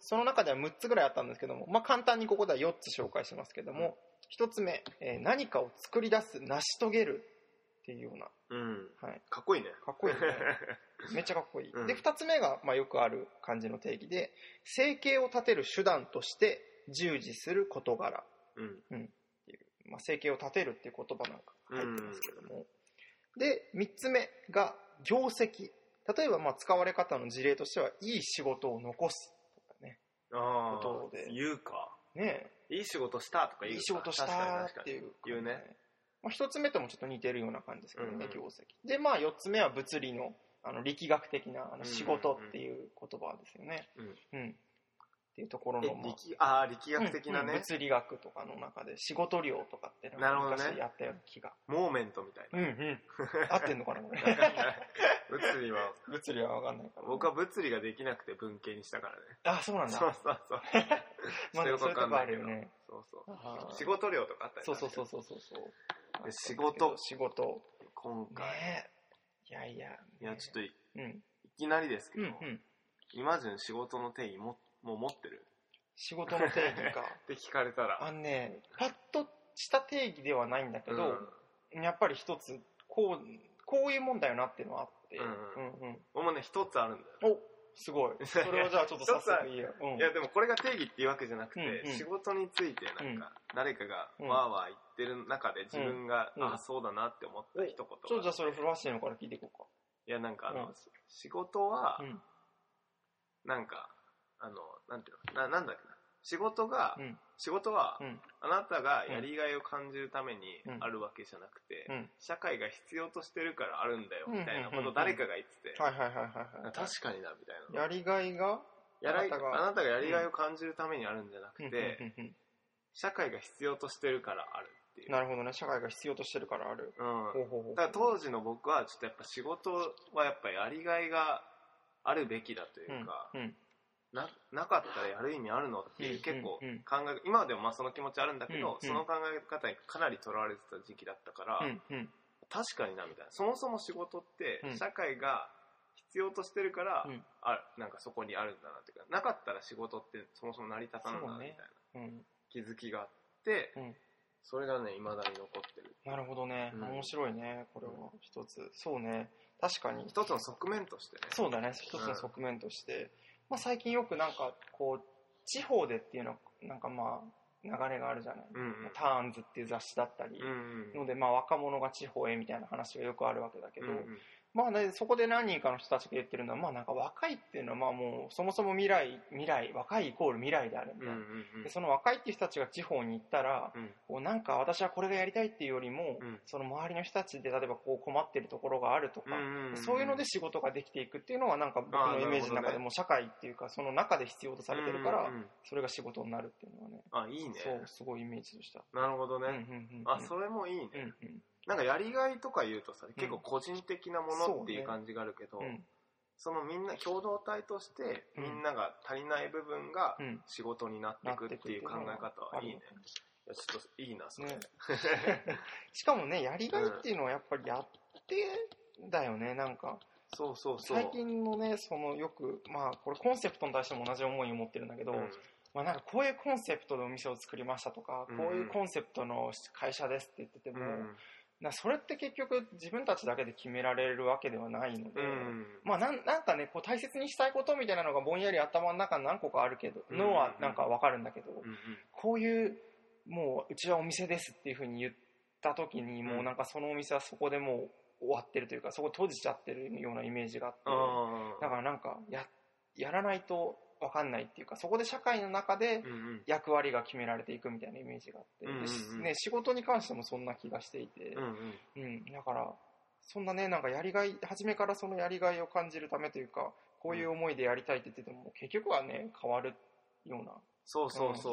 その中では6つぐらいあったんですけども、まあ、簡単にここでは4つ紹介しますけども、1つ目、何かを作り出す、成し遂げるっていうような、 はい、かっこいいね。 かっこいいね。めっちゃかっこいい。で、2つ目が、まあ、よくある感じの定義で、生計を立てる手段として従事する事柄。っていう、まあ、生計を立てるっていう言葉なんか入ってますけども。で、3つ目が業績。例えば、まあ、使われ方の事例としては、いい仕事を残すとかね。 ことで。言うか。 ねえ。いい仕事したとか言うか。 いい仕事したっていう。 言うね。 まあ、1つ目ともちょっと似てるような感じですけどね、業績。で、まあ、4つ目は物理の、力学的な仕事っていう言葉ですよね。っていうところの、 力学的なね、 物理学とかの中で仕事量とかっていうのを昔やったような気が。 モーメントみたいな。合ってんのかなこれ。物理は分かんないから。 僕は物理ができなくて文系にしたからね。 あ、そうなんだ。 そう。 まあそういうとこあるよね。 そう仕事量とかあったり。 そう。 仕事。 今回。 いや、 ちょっといきなりですけど、今順仕事の定義もう持ってる？ 仕事の定義かって聞かれたら、 パッとした定義ではないんだけど、やっぱり一つこういうもんだよなっていうのはあって、 僕もね一つあるんだよ。 お、すごい。それをじゃあちょっと早速いいよ。 いやでもこれが定義っていうわけじゃなくて、仕事についてなんか誰かがわーわー言ってる中で自分がそうだなって思った一言。 じゃあそれフラッシーのから聞いていこうか。 いやなんか仕事はなんかなんていうの、なんだっけな、仕事は、あなたがやりがいを感じるためにあるわけじゃなくて、社会が必要としてるからあるんだよみたいなことを誰かが言ってて、確かになみたいな。 やりがいがあなたがやりがいを感じるためにあるんじゃなくて、社会が必要としてるからあるっていう。 なるほどね、社会が必要としてるからある。 だから当時の僕はちょっとやっぱ仕事はやっぱやりがいがあるべきだというか、なかったらやる意味あるのっていう結構今でもまあその気持ちあるんだけど、その考え方にかなりとらわれてた時期だったから、確かになみたいな。そもそも仕事って社会が必要としてるから、なんかそこにあるんだなっていうか、なかったら仕事ってそもそも成り立たないんだみたいな気づきがあって、それがね未だに残ってる。 なるほどね、面白いねこれは一つ。そうね、確かに一つの側面としてね。 そうだね、一つの側面として、まあ、最近よくなんかこう地方でっていうのなんかまあ流れがあるじゃない、ターンズっていう雑誌だったりので、まあ若者が地方へみたいな話がよくあるわけだけど、まあね、そこで何人かの人たちが言ってるのは、まあなんか若いっていうのはまあもうそもそも未来若いイコール未来であるみたいな、でその若いっていう人たちが地方に行ったら、こうなんか私はこれがやりたいっていうよりも、その周りの人たちで例えばこう困ってるところがあるとか、そういうので仕事ができていくっていうのはなんか僕のイメージの中でも社会っていうかその中で必要とされてるから、それが仕事になるっていうのはね、 いいね。 そうすごいイメージでした。 なるほどね。それもいいね。なんかやりがいとか言うとさ、結構個人的なものっていう感じがあるけど、そのみんな共同体としてみんなが足りない部分が仕事になっていくっていう考え方はいいね。ちょっといいなそれ、 しかもね、やりがいっていうのはやっぱりやってだよね。なんか最近のね、そのよくまあこれコンセプトに対しても同じ思いを持ってるんだけど、まあなんかこういうコンセプトでお店を作りましたとか、こういうコンセプトの会社ですって言ってても、それって結局自分たちだけで決められるわけではないので、まあなんかね、こう大切にしたいことみたいなのがぼんやり頭の中に何個かあるけど、のはなんかわかるんだけど、こういうもううちはお店ですっていう風に言った時に、もうなんかそのお店はそこでもう終わってるというか、そこ閉じちゃってるようなイメージがあって、だからなんかやらないと分かんないっていうか、そこで社会の中で役割が決められていくみたいなイメージがあって、ね、仕事に関してもそんな気がしていて、だからそんなね、なんかやりがい、初めからそのやりがいを感じるためというか、こういう思いでやりたいって言ってても結局はね、変わるようなそう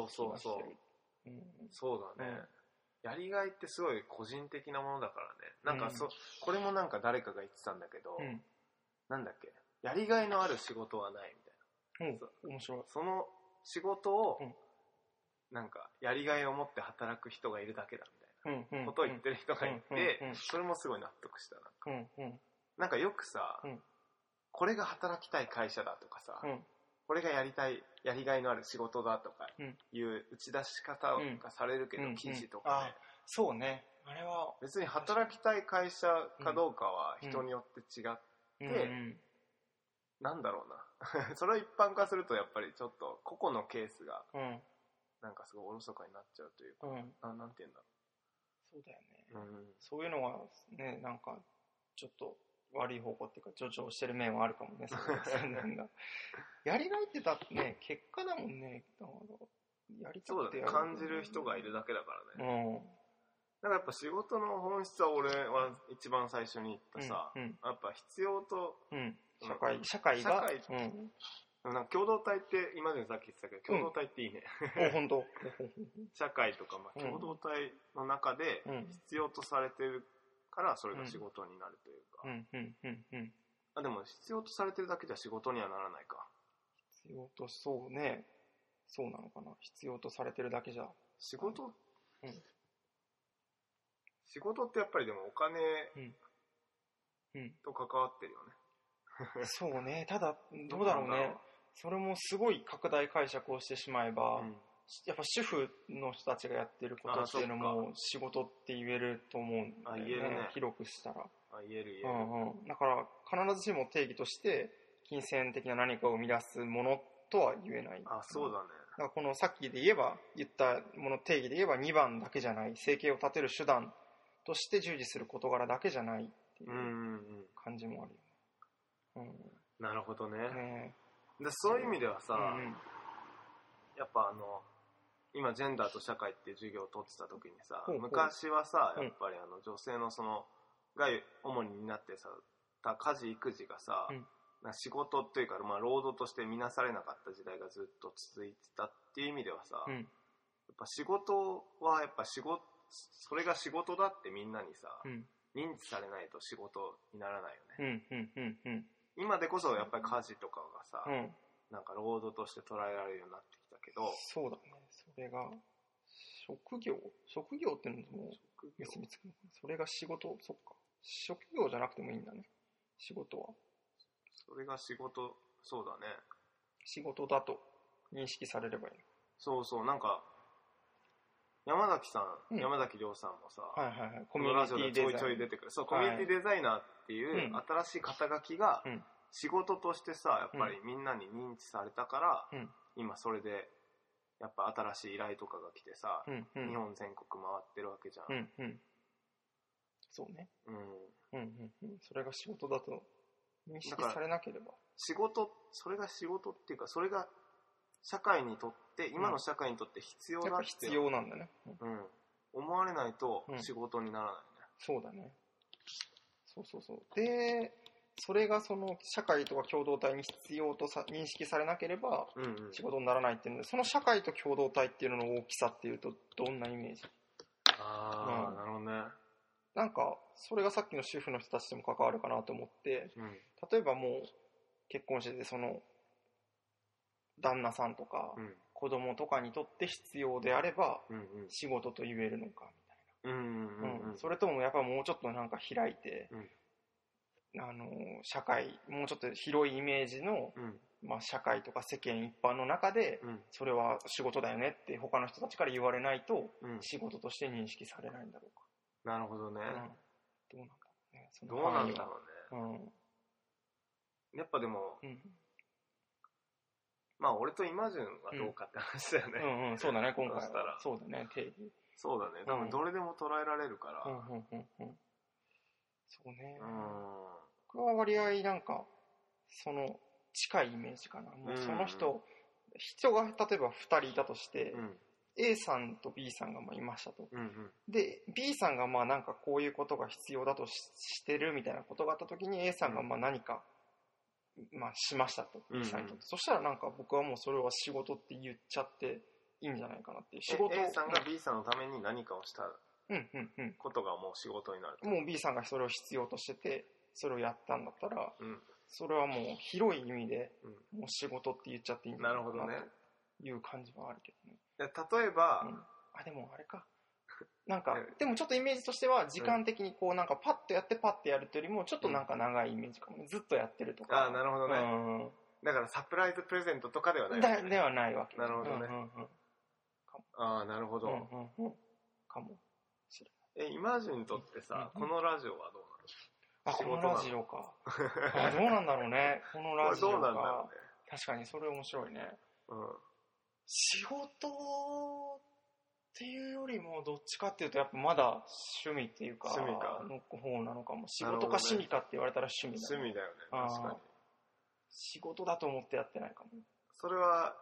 だね、やりがいってすごい個人的なものだからね。なんかこれもなんか誰かが言ってたんだけど、なんだっけ、やりがいのある仕事はないみたいな。 面白い。 その仕事をなんかやりがいを持って働く人がいるだけだみたいなことを言ってる人がいて、それもすごい納得した。なんかよくさ、これが働きたい会社だとかさ、 これがやりがいのある仕事だとかいう打ち出し方がされるけど、記事とかね。 そうね。あれは別に働きたい会社かどうかは人によって違って、なんだろうな。それを一般化するとやっぱりちょっと個々のケースがなんかすごいおろそかになっちゃうというか、なんて言うんだろう。そうだよね。そういうのはね、なんかちょっと悪い方向っていうか助長してる面はあるかもね。やりがいってだってね、結果だもんね。やりたくてやる。 そうだね。感じる人がいるだけだからね。だからやっぱ仕事の本質は俺は一番最初に言ったさ、やっぱ必要と、 社会が、 なんか共同体って今までさっき言ってたけど、共同体っていいね。 本当。 社会とか、共同体の中で必要とされてるからそれが仕事になるというか。でも必要とされてるだけじゃ仕事にはならないか。 必要と、そうね。そうなのかな。必要とされてるだけじゃ。 仕事ってやっぱりでもお金と関わってるよね。 そうね。ただどうだろうね。それもすごい拡大解釈をしてしまえば、やっぱ主婦の人たちがやってることっていうのも仕事って言えると思うんだよね。言えるね。広くしたら。 言える。 だから必ずしも定義として金銭的な何かを生み出すものとは言えない。 そうだね。 だからこのさっきで言ったもの定義で言えば2番だけじゃない、生計を立てる手段として従事する事柄だけじゃないっていう感じもあるよね。 なるほどね。でそういう意味ではさ、やっぱ今ジェンダーと社会っていう授業を取ってた時にさ、昔はさやっぱり女性のそのが主に担ってさ家事育児がさ、仕事というか、労働として見なされなかった時代がずっと続いてたっていう意味ではさ、やっぱ仕事はそれが仕事だってみんなにさ、認知されないと仕事にならないよね。今でこそやっぱり家事とかがさ、なんか労働として捉えられるようになってきたけど。 そうだね。それが職業っていうのも結びつくのかな。それが仕事、そっか。職業じゃなくてもいいんだね。仕事は。 それが仕事、そうだね。 仕事だと認識されればいい。 そう、なんか山崎亮さんもさ、 コミュニティデザイナーちょいちょい出てくる。そう、コミュニティデザイナーっていう新しい肩書きが仕事としてさ、やっぱりみんなに認知されたから、今それでやっぱ新しい依頼とかが来てさ、日本全国回ってるわけじゃん。 そうね。それが仕事だと認識されなければ。 それが仕事っていうか、それが社会にとって、今の社会にとって必要だって。やっぱ必要なんだね。 思われないと仕事にならないね。 そうだね。そう。で、それがその社会とか共同体に必要と認識されなければ仕事にならないっていうので、その社会と共同体っていうのの大きさっていうとどんなイメージ？ なるほどね。 なんかそれがさっきの主婦の人たちとも関わるかなと思って、例えばもう結婚しててその旦那さんとか子供とかにとって必要であれば仕事と言えるのかみたいな。それともやっぱもうちょっとなんか開いて、社会もうちょっと広いイメージの、社会とか世間一般の中で、それは仕事だよねって他の人たちから言われないと、仕事として認識されないんだろうか。 なるほどね。 どうなんだろうね。やっぱでも、俺とイマジュンはどうかって話だよね。 そうだね、今回は。そうだね、定義。 そうだね、多分どれでも捉えられるから。 そうね。僕は割合なんか、その近いイメージかな。もうその人が例えば2人いたとして、A さんと B さんがいましたと。で、B さんがなんかこういうことが必要だとしてるみたいなことがあったときに A さんが何かしましたと、B さんにとって。そしたらなんか僕はもうそれは仕事って言っちゃっていいんじゃないかなっていう。仕事 A さんが B さんのために何かをしたことがもう仕事になる。 もう B さんがそれを必要としててそれをやったんだったら、それはもう広い意味でもう仕事って言っちゃっていいんじゃないかなという感じはあるけどね。 例えば、 でもあれかなんかでもちょっとイメージとしては時間的にこうなんかパッとやってパッとやるというよりもちょっとなんか長いイメージかもね。ずっとやってるとか。 なるほどね。 だからサプライズプレゼントとかではないわけ、ね、 ではないわけ。 なるほどね。ああ、なるほど。 かもしれない。イマジンとってさ、このラジオはどうなの？このラジオか。どうなんだろうね。このラジオか。 どうなんだろうね。 確かにそれ面白いね。仕事っていうよりもどっちかっていうとやっぱまだ趣味っていうかの方なのかも。仕事か趣味かって言われたら趣味だね。 趣味だよね。確かに。 仕事だと思ってやってないかも。 それは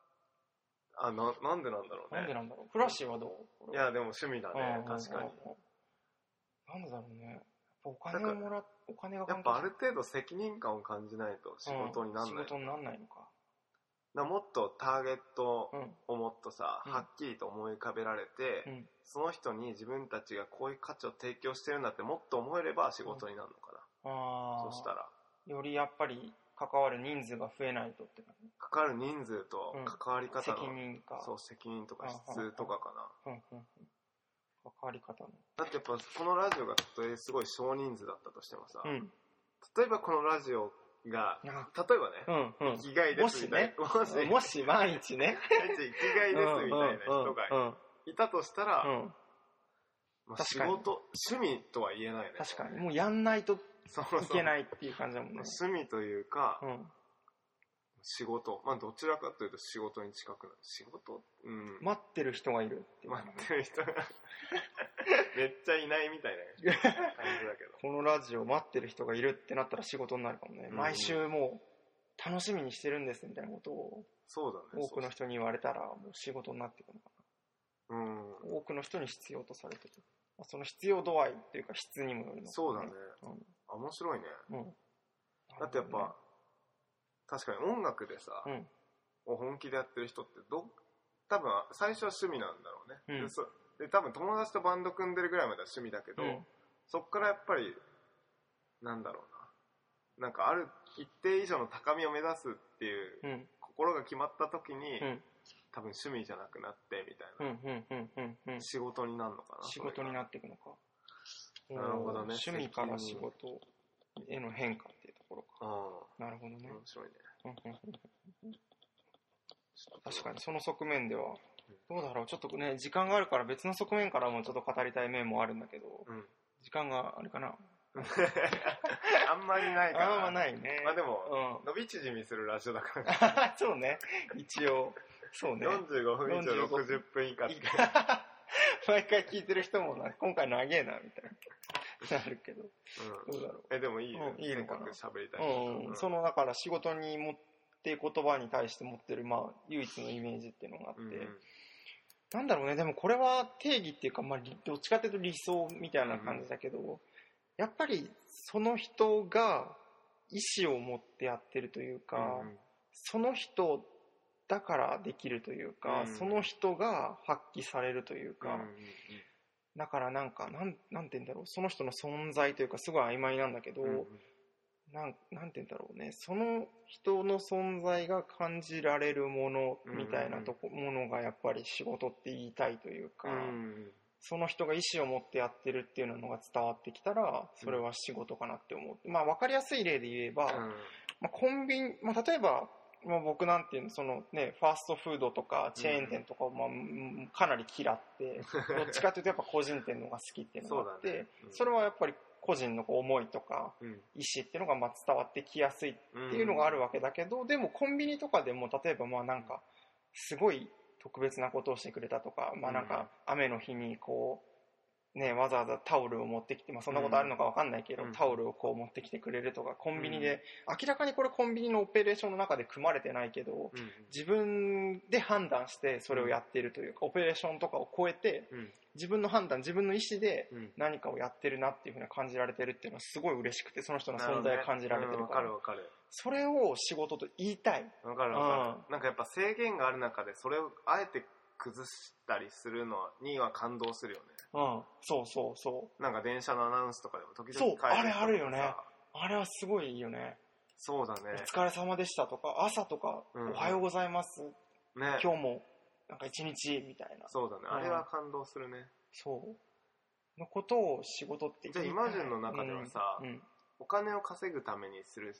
なんでなんだろうね。 なんでなんだろう。フラッシュはどう？ いやでも趣味だね。確かに。 なんでだろうね。お金がやっぱある程度責任感を感じないと仕事にならない。 仕事にならないのか。 もっとターゲットをもっとさ、はっきりと思い浮かべられて、その人に自分たちがこういう価値を提供してるんだってもっと思えれば仕事になるのかな。そしたらよりやっぱり関わる人数が増えないとって感じ。 関わる人数と関わり方の、 責任か。 そう、責任とか質とかかな。 関わり方の。 だってやっぱこのラジオがすごい少人数だったとしてもさ、例えばこのラジオが例えばね、生きがいですみたいな、 もし毎日ね生きがいですみたいな人がいたとしたら、仕事趣味とは言えないね。 確かにもうやんないといけないっていう感じだもんね。 趣味というか、仕事、どちらかというと仕事に近くなる。仕事、 待ってる人がいるっていう。 待ってる人がめっちゃいないみたいな感じだけどこのラジオ待ってる人がいるってなったら仕事になるかもね。毎週もう楽しみにしてるんですみたいなことをそうだね、 多くの人に言われたらもう仕事になっていくのかな。多くの人に必要とされてる。その必要度合いっていうか質にもよるのか、ね、 そうだね、面白いね、だってやっぱ確かに音楽でさ、本気でやってる人って多分最初は趣味なんだろうね、で多分友達とバンド組んでるぐらいまでは趣味だけど、そっからやっぱりなんだろうな、なんかある一定以上の高みを目指すっていう心が決まった時に、多分趣味じゃなくなってみたいな、仕事になるのかな。 仕事になっていくのか。 なるほどね。 趣味から仕事への変化っていうところか。なるほどね。 面白いね。 確かにその側面ではどうだろう。ちょっとね時間があるから別の側面からもちょっと語りたい面もあるんだけど、時間があるかな。 あんまりないかな。 あんまないね。 でも、伸び縮みするラジオだからそうね、一応そうね、 45分以上60分以下って毎回聞いてる人も今回長えなみたいななるけど、どうだろう。 でもいいよ、 いいのかな。 喋りたい。 そのだから仕事に持って言葉に対して持ってる唯一のイメージっていうのがあって、なんだろうね。でもこれは定義っていうか、どっちかっていうと理想みたいな感じだけど、やっぱりその人が意思を持ってやってるというか、その人だからできるというか、その人が発揮されるというか、だからなんて言うんだろう、その人の存在というかすごい曖昧なんだけど、なんて言うんだろうね、その人の存在が感じられるものみたいなものがやっぱり仕事って言いたいというか、その人が意思を持ってやってるっていうのが伝わってきたらそれは仕事かなって思う。分かりやすい例で言えば、コンビニ、例えば僕なんていうのファーストフードとかチェーン店とかをかなり嫌ってどっちかというとやっぱ個人店の方が好きっていうのがあって、それはやっぱり個人の思いとか意思っていうのが伝わってきやすいっていうのがあるわけだけど、でもコンビニとかでも例えばなんかすごい特別なことをしてくれたとか、なんか雨の日にわざわざタオルを持ってきて、そんなことあるのか分かんないけど、タオルを持ってきてくれるとか、コンビニで、明らかにこれコンビニのオペレーションの中で組まれてないけど、自分で判断してそれをやっているというか、オペレーションとかを超えて、自分の判断、自分の意思で何かをやってるなっていうふうに感じられてるっていうのはすごい嬉しくて、その人の存在を感じられてるから、それを仕事と言いたい。 わかる。なんかやっぱ制限がある中でそれをあえて崩したりするのには感動するよね。 そうなんか電車のアナウンスとかでも時々書いてあれあるよね。あれはすごいいいよね。 そうだね。 お疲れ様でしたとか、朝とか、おはようございます、今日もなんか一日みたいな。 そうだね。あれは感動するね。 そうのことを仕事って言いたい。じゃあイマジンの中ではさ、お金を稼ぐためにする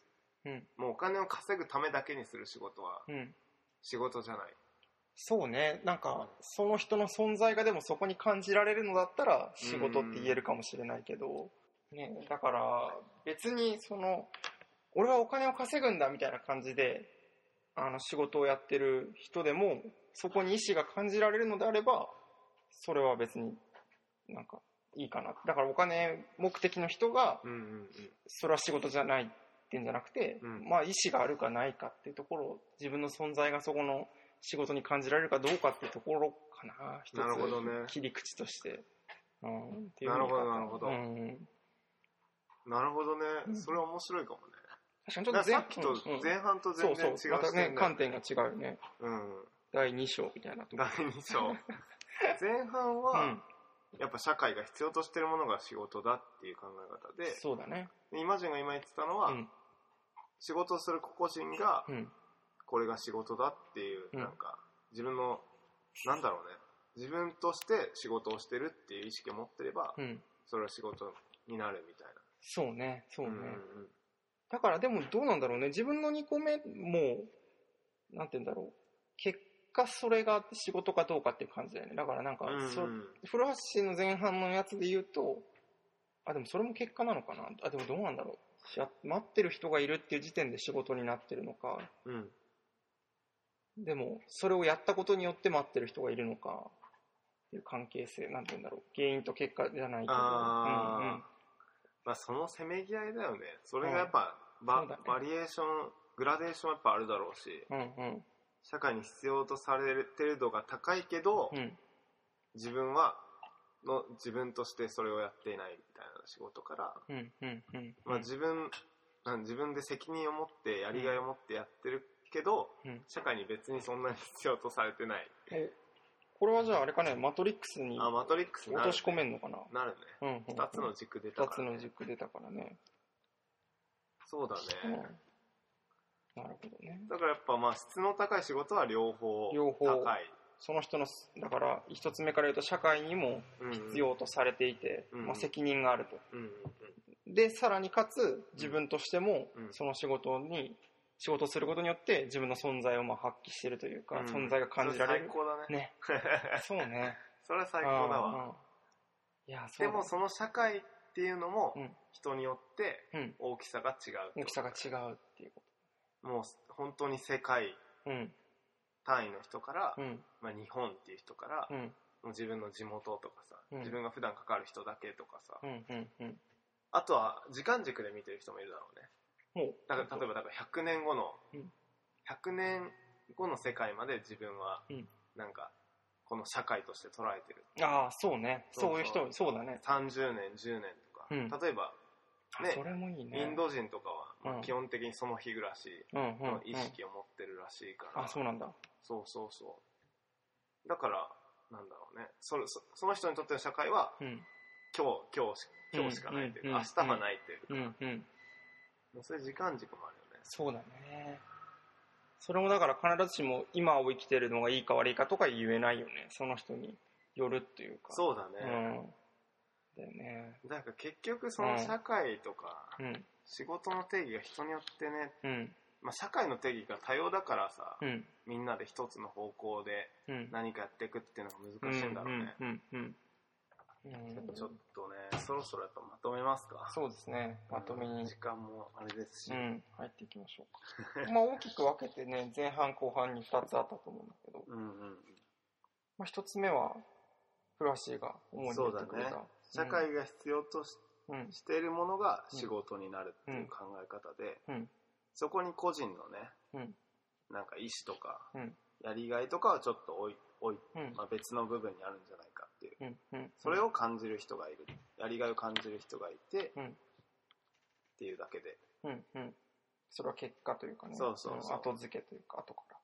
もうお金を稼ぐためだけにする仕事は仕事じゃない。 そうね、なんかその人の存在がでもそこに感じられるのだったら仕事って言えるかもしれないけど、ね、だから別に俺はお金を稼ぐんだみたいな感じで仕事をやってる人でもそこに意思が感じられるのであればそれは別になんかいいかな。だからお金目的の人がそれは仕事じゃないってんじゃなくて、まあ意思があるかないかっていうところ、自分の存在がそこの仕事に感じられるかどうかっていうところかな、一つ切り口として。 っていうなるほどなるほど、なるほどね、それ面白いかもね。 確かにちょっとさっきと前半と全然違う視点だよね。 またね、観点が違うよね。第2章みたいなところ。 第2章前半は、やっぱ社会が必要としてるものが仕事だっていう考え方で、 そうだね。 イマジンが今言ってたのは、仕事をする個々人が、これが仕事だっていう、なんか自分のなんだろうね、自分として仕事をしてるっていう意識を持ってれば、それは仕事になるみたいな。 そうね、そうね。だからでもどうなんだろうね、自分の2個目もなんて言うんだろう、結果それが仕事かどうかっていう感じだよね。だからなんか、古橋の前半のやつで言うと、でもそれも結果なのかな。でもどうなんだろう、待ってる人がいるっていう時点で仕事になってるのか、でもそれをやったことによって待ってる人がいるのかっていう関係性、なんて言うんだろう、原因と結果じゃないけど、 まあそのせめぎ合いだよね。それがやっぱ、バリエーション、グラデーションやっぱあるだろうし、社会に必要とされてる度が高いけど、自分としてそれをやっていないみたいな仕事から、まあ自分で責任を持ってやりがいを持ってやってるけど、社会に別にそんなに必要とされてない。 これはじゃああれかね、マトリックスに落とし込めんのかな。 なるね。2つの軸出たからね。 2つの軸出たからね。 そうだね。 なるほどね。 だからやっぱまあ質の高い仕事は両方高い。 その人の、だから一つ目から言うと社会にも必要とされていて、まあ、責任があると。で、さらにかつ自分としてもその仕事することによって自分の存在をまあ発揮しているというか、存在が感じられる。 最高だね。 そうね。 それは最高だわ。でもその社会っていうのも人によって大きさが違う。 大きさが違うっていうこと。 もう本当に世界単位の人から、まあ、日本っていう人から、もう自分の地元とかさ、自分が普段関わる人だけとかさ、あとは時間軸で見てる人もいるだろうね。だから例えば100年後の世界まで自分はなんかこの社会として捉えてる。 そうね。そういう人、そうだね。 30年10年とか、例えばね、 それもいいね。 インド人とかは基本的にその日暮らしの意識を持ってるらしいから。 そうなんだ。 そうだからなんだろうね、その人にとっての社会は今日しかないというか、明日はないというか、そういう時間軸もあるよね。 そうだね。それもだから必ずしも今を生きてるのがいいか悪いかとか言えないよね。その人によるっていうか。 そうだね。 だよね。 だから結局その社会とか、仕事の定義が人によってね、まあ、社会の定義が多様だからさ、みんなで一つの方向で何かやっていくっていうのが難しいんだろうね。ちょっとね、そろそろやっぱまとめますか。 そうですね、まとめに時間もあれですし、 入っていきましょうか。まあ大きく分けてね、前半後半に2つあったと思うんだけど、まあ、1つ目はフラッシーが思いに言ってくれた、 そうだね、社会が必要としているものが仕事になるっていう考え方で、そこに個人のね、なんか意思とか、やりがいとかはちょっとまあ、別の部分にあるんじゃないかっていう、それを感じる人がいる、やりがいを感じる人がいて、っていうだけで、 それは結果というかね、 後付けというか後から、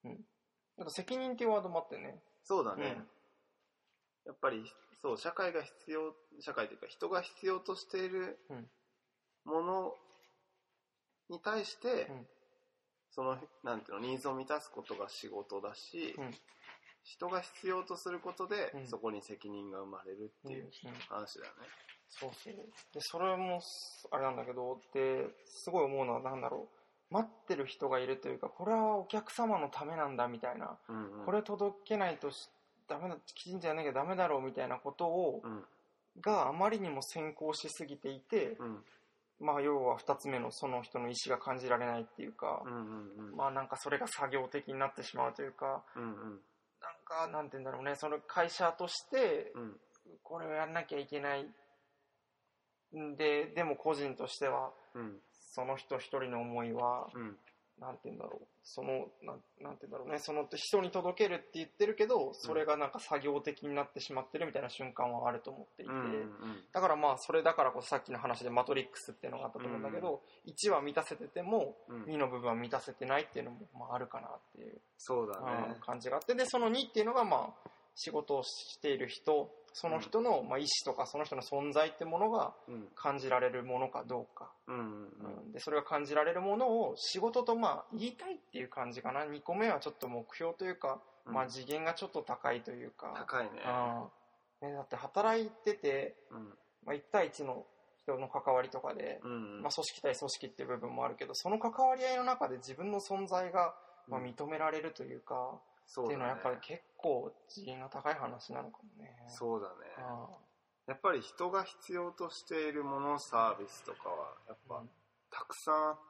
あと責任っていうワードもあってね。 そうだね、やっぱりそう、社会というか人が必要としているものに対して、そのなんていうの、ニーズを満たすことが仕事だし、人が必要とすることで、そこに責任が生まれるっていう話だよね。 そうそうでそれもあれなんだけどですごい思うのはなんだろう待ってる人がいるというかこれはお客様のためなんだみたいな、これ届けないとダメだきちんとやらなきゃダメだろうみたいなことを、があまりにも先行しすぎていて、まあ要は2つ目のその人の意思が感じられないっていうか、まあなんかそれが作業的になってしまうというか、なんかなんて言うんだろうねその会社としてこれをやんなきゃいけないでも個人としては、その人一人の思いは、なんて言うんだろうなんて言うんだろうねその人に届けるって言ってるけどそれがなんか作業的になってしまってるみたいな瞬間はあると思っていて、だからまあそれだからこそさっきの話でマトリックスっていうのがあったと思うんだけど、1は満たせてても2の部分は満たせてないっていうのもまああるかなっていうそうだね感じがあって、でその2っていうのがまあ仕事をしている人その人のまあ意思とかその人の存在ってものが感じられるものかどうか、でそれが感じられるものを仕事とまあ言いたいっていう感じかな。2個目はちょっと目標というか、まあ次元がちょっと高いというか、 高いね、 だって働いてて、まあ、1対1の人の関わりとかで、まあ、組織対組織っていう部分もあるけどその関わり合いの中で自分の存在がまあ認められるというか、っていうのはやっぱり結構次元が高い話なのかもね。 そうだね。やっぱり人が必要としているものサービスとかはやっぱたくさんあって、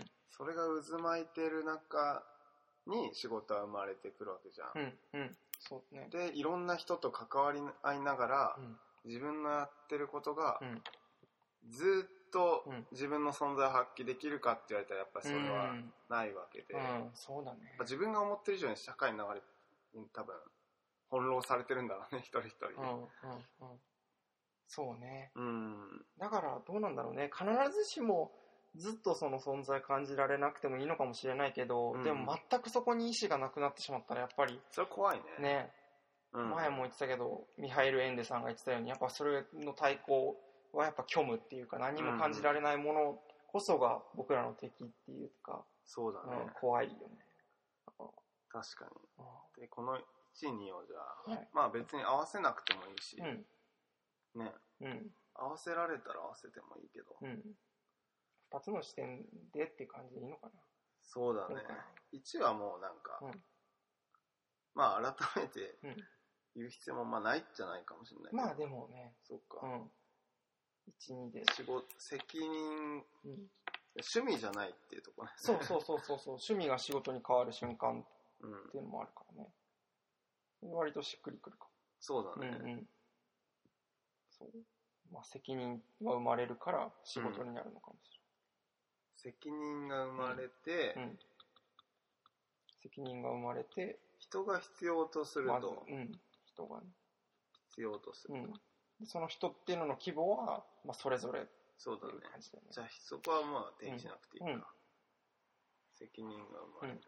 それが渦巻いてる中に仕事は生まれてくるわけじゃん。 そうね。 でいろんな人と関わり合いながら、自分のやってることがずっと自分の存在を発揮できるかって言われたらやっぱりそれはないわけで、 そうだね。 自分が思ってる以上に社会の流れに多分翻弄されてるんだろうね、一人一人。 そうね。だからどうなんだろうね。必ずしもずっとその存在感じられなくてもいいのかもしれないけど、でも全くそこに意志がなくなってしまったらやっぱりそれ怖いね。 ね。前も言ってたけどミハイル・エンデさんが言ってたようにやっぱそれの対抗はやっぱ虚無っていうか何も感じられないものこそが僕らの敵っていうか、 そうだね、 怖いよね。 確かに。でこの1、2をじゃあ、まあ別に合わせなくてもいいし、ね、合わせられたら合わせてもいいけど、2つの視点でって感じでいいのかな。 そうだね。1はもうなんか、まあ改めて言う必要もまあないじゃないかもしれないけど、 まあでもね、 そっか、 1、2で仕事責任、趣味じゃないっていうところね。 そう趣味が仕事に変わる瞬間っていうのもあるからね、割としっくりくるか。 そうだね、 そう、まあ、責任が生まれるから仕事になるのかもしれない、責任が生まれて、 責任が生まれて人が必要とすると、 人がね必要とすると、 その人っていうのの規模は、まあ、それぞれっていう感じだよね。 じゃあそこはまあ定義しなくていいか、責任が生まれる、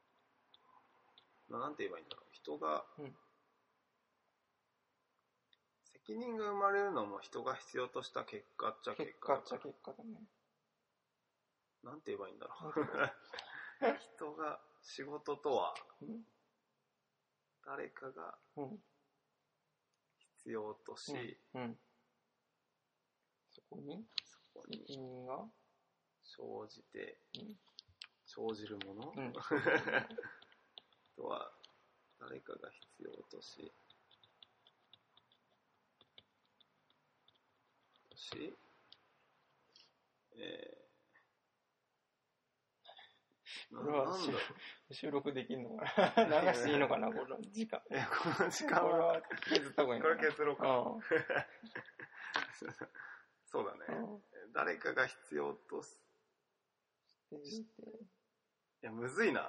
なんて言えばいいんだろう。人が、責任が生まれるのも人が必要とした結果っちゃ結果だね。 なんて言えばいいんだろう。人が仕事とは、誰かが必要とし、 そこに責任が生じるもの、とは誰かが必要とし、 これは収録できるのかな。流していいのかな、この時間。 この時間は削った方がいいのかな。 これ削ろうか。そうだね。誰かが必要として、いや、むずいな。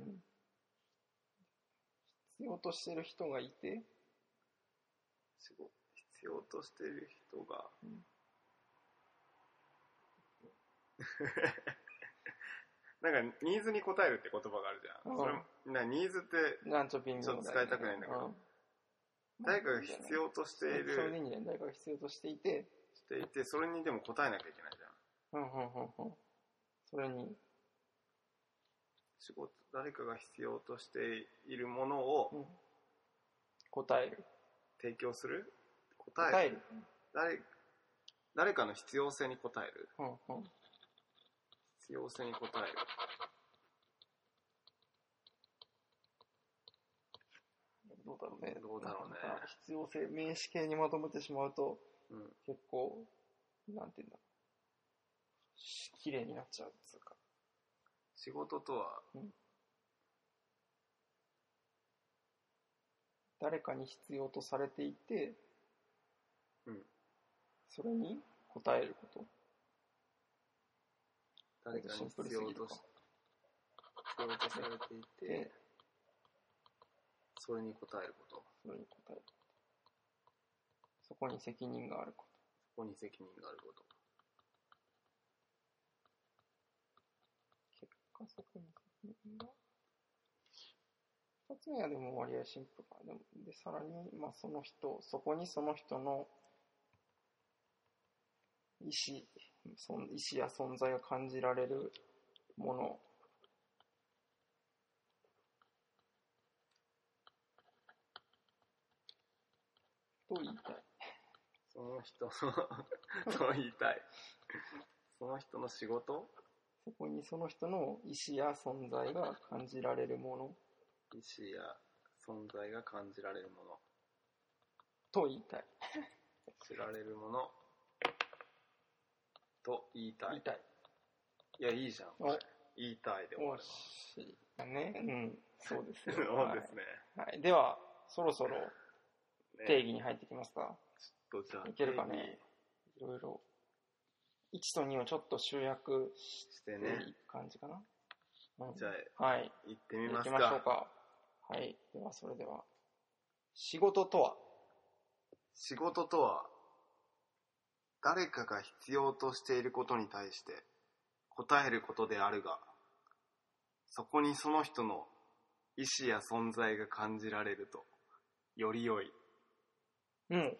必要としてる人がいて、 必要としてる人が、なんかニーズに応えるって言葉があるじゃん。それニーズってちょっと使いたくないんだけど、誰かが必要としている、 それでいいんじゃない？誰かが必要としていて、 それにでも応えなきゃいけないじゃん。それに誰かが必要としているものを答える、 提供する、 答える。 誰かの必要性に応える、 うん必要性に応える。 どうだろうね。 どうだろうね。 必要性、名詞形にまとめてしまうと、結構、なんていうんだろう。綺麗になっちゃうっていうか。 仕事とは、 誰かに必要とされていて、それに応えること。 誰かに必要とされていて、それに応えること。 それに応えること。そこに責任があること。 そこに責任があること。 結果そこに責任が。二つ目はでも割合シンプルか。で、さらに、まあその人、そこにその人の意思や存在が感じられるもの。と言いたい。 その人と言いたい。その人の仕事？ そこにその人の意思や存在が感じられるもの。 意思や存在が感じられるもの。 と言いたい。 知られるもの。と言いたい。 言いたい。 いや、いいじゃん。言いたいで終わる。 惜しいね。そうですね。 そうですね。 はい。では、そろそろ定義に入ってきますか。 ちょっとじゃあ。 いけるかね。いろいろ。1と2をちょっと集約していく感じかな。 じゃあ、 はい。 行ってみますか。 行きましょうか。はい。では、それでは。仕事とは？ 仕事とは、誰かが必要としていることに対して答えることであるが、そこにその人の意思や存在が感じられると、より良い。 いいね。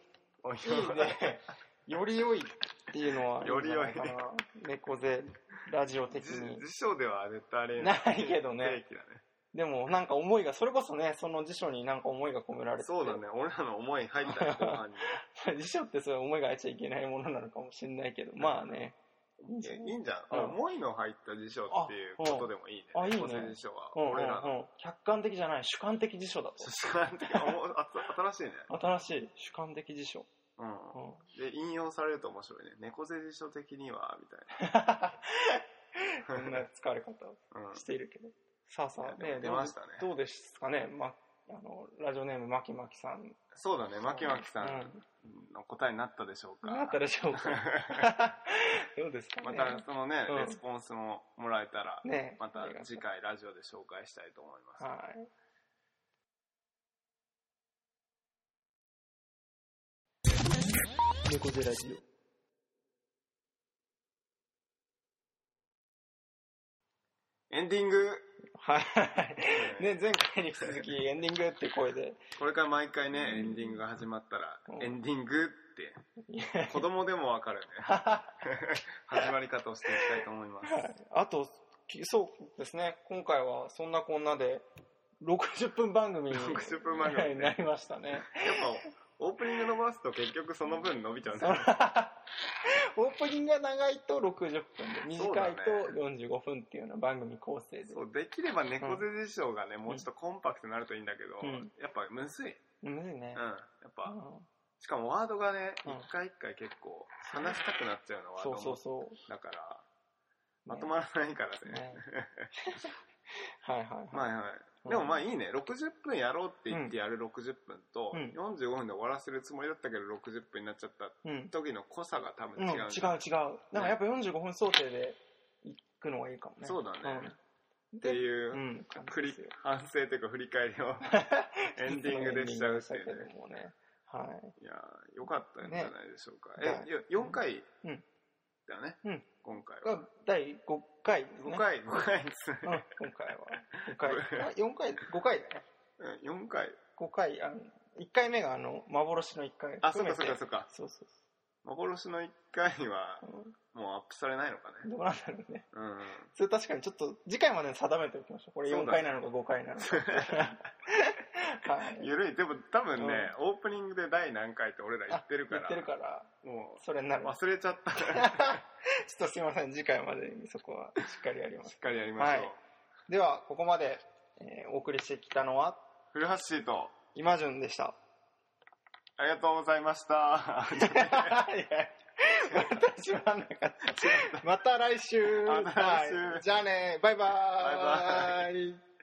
より良いっていうのは、 より良い。 猫背ラジオ的に。 辞書では絶対あれないけどね。 定期だね。 でもなんか思いが、それこそね、その辞書になんか思いが込められてて。 そうだね、俺らの思い入った後半に。辞書ってそういう思いが入っちゃいけないものなのかもしれないけど、まあね。 いいんじゃん。思いの入った辞書っていうことでもいいね。 いいね。 猫背辞書は。俺らの。 客観的じゃない、主観的辞書だと。 主観的。新しいね。 新しい、主観的辞書。 で、引用されると面白いね。猫背辞書的には、みたいな。 こんな使われ方をしているけど。さあ、ね、 出ましたね。 どうですかね、ラジオネームマキマキさん。 そうだね、マキマキさんの答えになったでしょうか。 なったでしょうか。どうですかね。 またそのね、レスポンスももらえたら、また次回ラジオで紹介したいと思います。 はい。猫背ラジオ。 エンディング。 はい。ね、前回に引き続きエンディングって声で。 これから毎回ね、エンディングが始まったら、エンディングって、子供でもわかるね。始まり方をしていきたいと思います。 はい、あと、そうですね、今回はそんなこんなで、60分番組になりましたね。やっぱ、オープニング伸ばすと結局その分伸びちゃうんだよね。 オープニングが長いと60分で、短いと45分っていうような番組構成で。 そう、できれば猫背辞書がね、もうちょっとコンパクトになるといいんだけど、やっぱむずい。 むずいね。 やっぱ、しかもワードがね、一回一回結構話したくなっちゃうの、ワードも。そう。だから、まとまらないからね。 はい。 でもまあいいね。60分やろうって言ってやる60分と、45分で終わらせるつもりだったけど60分になっちゃった時の濃さが多分違う。 違う。なんかやっぱ45分想定で行くのがいいかもね。 そうだね。っていう、反省というか振り返りをエンディングでしちゃうっていうね。はい。いやー、よかったんじゃないでしょうか。4回だよね。今回は。 第5回ですね。 5回です。 今回は。5回だね。 4回。 5回、1回目が幻の1回。 あ、そうか。 そう。 幻の1回は、もうアップされないのかね。 どうなんだろうね。それ確かにちょっと次回まで定めておきましょう。これ4回なのか5回なのか。 ゆるい。でも多分ね、オープニングで第何回って俺ら言ってるからもうそれになる。 忘れちゃったちょっとすいません、次回までにそこはしっかりやります。 しっかりやりましょう。 ではここまで、お送りしてきたのは古橋シート今順でした。 ありがとうございました。 私はなかった。また来週。 じゃあね、バイバーイ。